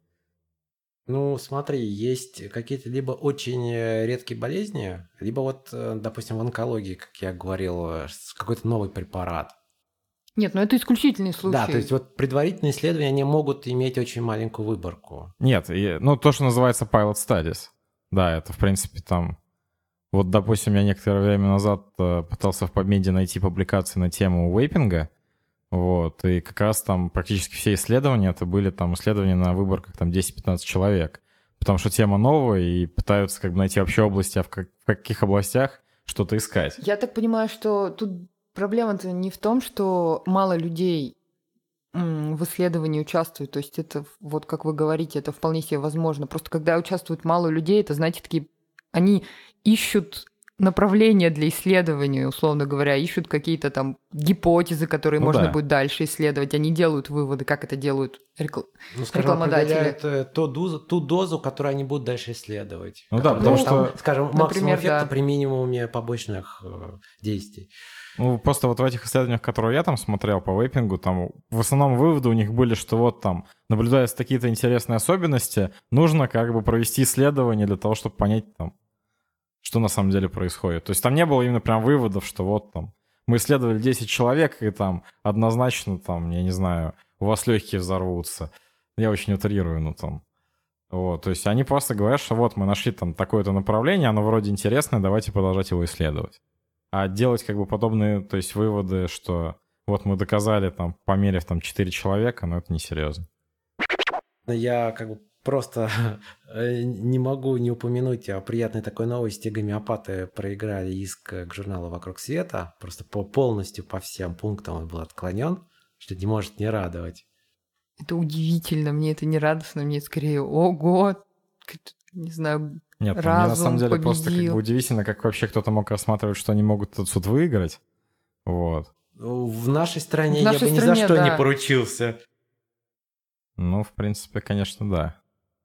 Ну, смотри, есть какие-то либо очень э, редкие болезни, либо вот, э, допустим, в онкологии, как я говорил, э, с- какой-то новый препарат. Нет, ну это исключительный случай. Да, то есть вот предварительные исследования, они могут иметь очень маленькую выборку. Нет, и- ну то, что называется pilot studies. Да, это, в принципе, там... Вот, допустим, я некоторое время назад э, пытался в PubMed найти публикации на тему вейпинга, вот, и как раз там практически все исследования, это были там исследования на выборках там десять-пятнадцать человек, потому что тема новая, и пытаются как бы найти вообще области, а в, как- в каких областях что-то искать. Я так понимаю, что тут проблема-то не в том, что мало людей м, в исследовании участвуют. То есть это, вот как вы говорите, это вполне себе возможно. Просто когда участвует мало людей, это, знаете, такие... Они ищут направления для исследования, условно говоря, ищут какие-то там гипотезы, которые Ну можно да. будет дальше исследовать. Они делают выводы, как это делают рекл- Ну, скажем, рекламодатели. определяют э, ту дозу, ту дозу, которую они будут дальше исследовать. Ну да, Которая потому там, что- скажем, максимум Например, эффекта да. при минимуме побочных э, действий. Ну, просто вот в этих исследованиях, которые я там смотрел по вейпингу, там в основном выводы у них были, что вот там, наблюдаясь такие-то интересные особенности, нужно как бы провести исследование для того, чтобы понять там, что на самом деле происходит. То есть там не было именно прям выводов, что вот там мы исследовали десять человек, и там однозначно там, я не знаю, у вас легкие взорвутся. Я очень утрирую, ну там. Вот, то есть они просто говорят, что вот мы нашли там такое-то направление, оно вроде интересное, давайте продолжать его исследовать. А делать как бы подобные, то есть выводы, что вот мы доказали там, померив там четыре человека, но это несерьезно. Я как бы просто э, не могу не упомянуть о приятной такой новости. Гомеопаты проиграли иск к журналу «Вокруг света». Просто по, полностью по всем пунктам он был отклонен, что не может не радовать. Это удивительно, мне это не радостно, мне скорее, ого, как- не знаю, Нет, ну, мне на разум самом деле просто как победил. бы удивительно, как вообще кто-то мог рассматривать, что они могут этот суд выиграть. Вот. В нашей стране В нашей я бы ни стране, за что не да. поручился. Ну, в принципе, конечно, да.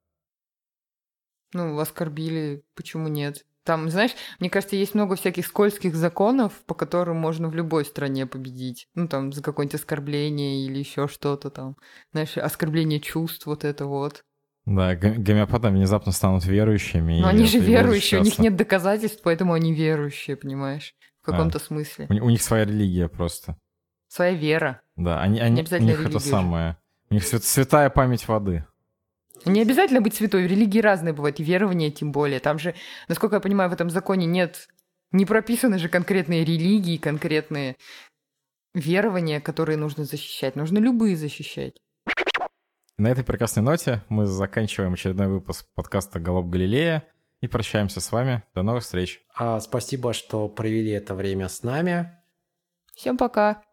Ну, оскорбили, почему нет? Там, знаешь, мне кажется, есть много всяких скользких законов, по которым можно в любой стране победить. Ну, там, за какое-нибудь оскорбление или еще что-то там. Знаешь, оскорбление чувств, вот это вот. Да, го- гомеопаты внезапно станут верующими. Но и они же это и будут верующие, у них счастливы. нет доказательств, поэтому они верующие, понимаешь? В каком-то смысле. У, у них своя религия просто. Своя вера. Да, они, они, у обязательно них это религию же. самое. У них свят- святая память воды. Не обязательно быть святой, в религии разные бывают, и верования тем более. Там же, насколько я понимаю, в этом законе нет... Не прописаны же конкретные религии, конкретные верования, которые нужно защищать. Нужно любые защищать. На этой прекрасной ноте мы заканчиваем очередной выпуск подкаста «Голубь Галилея» и прощаемся с вами. До новых встреч. А, спасибо, что провели это время с нами. Всем пока!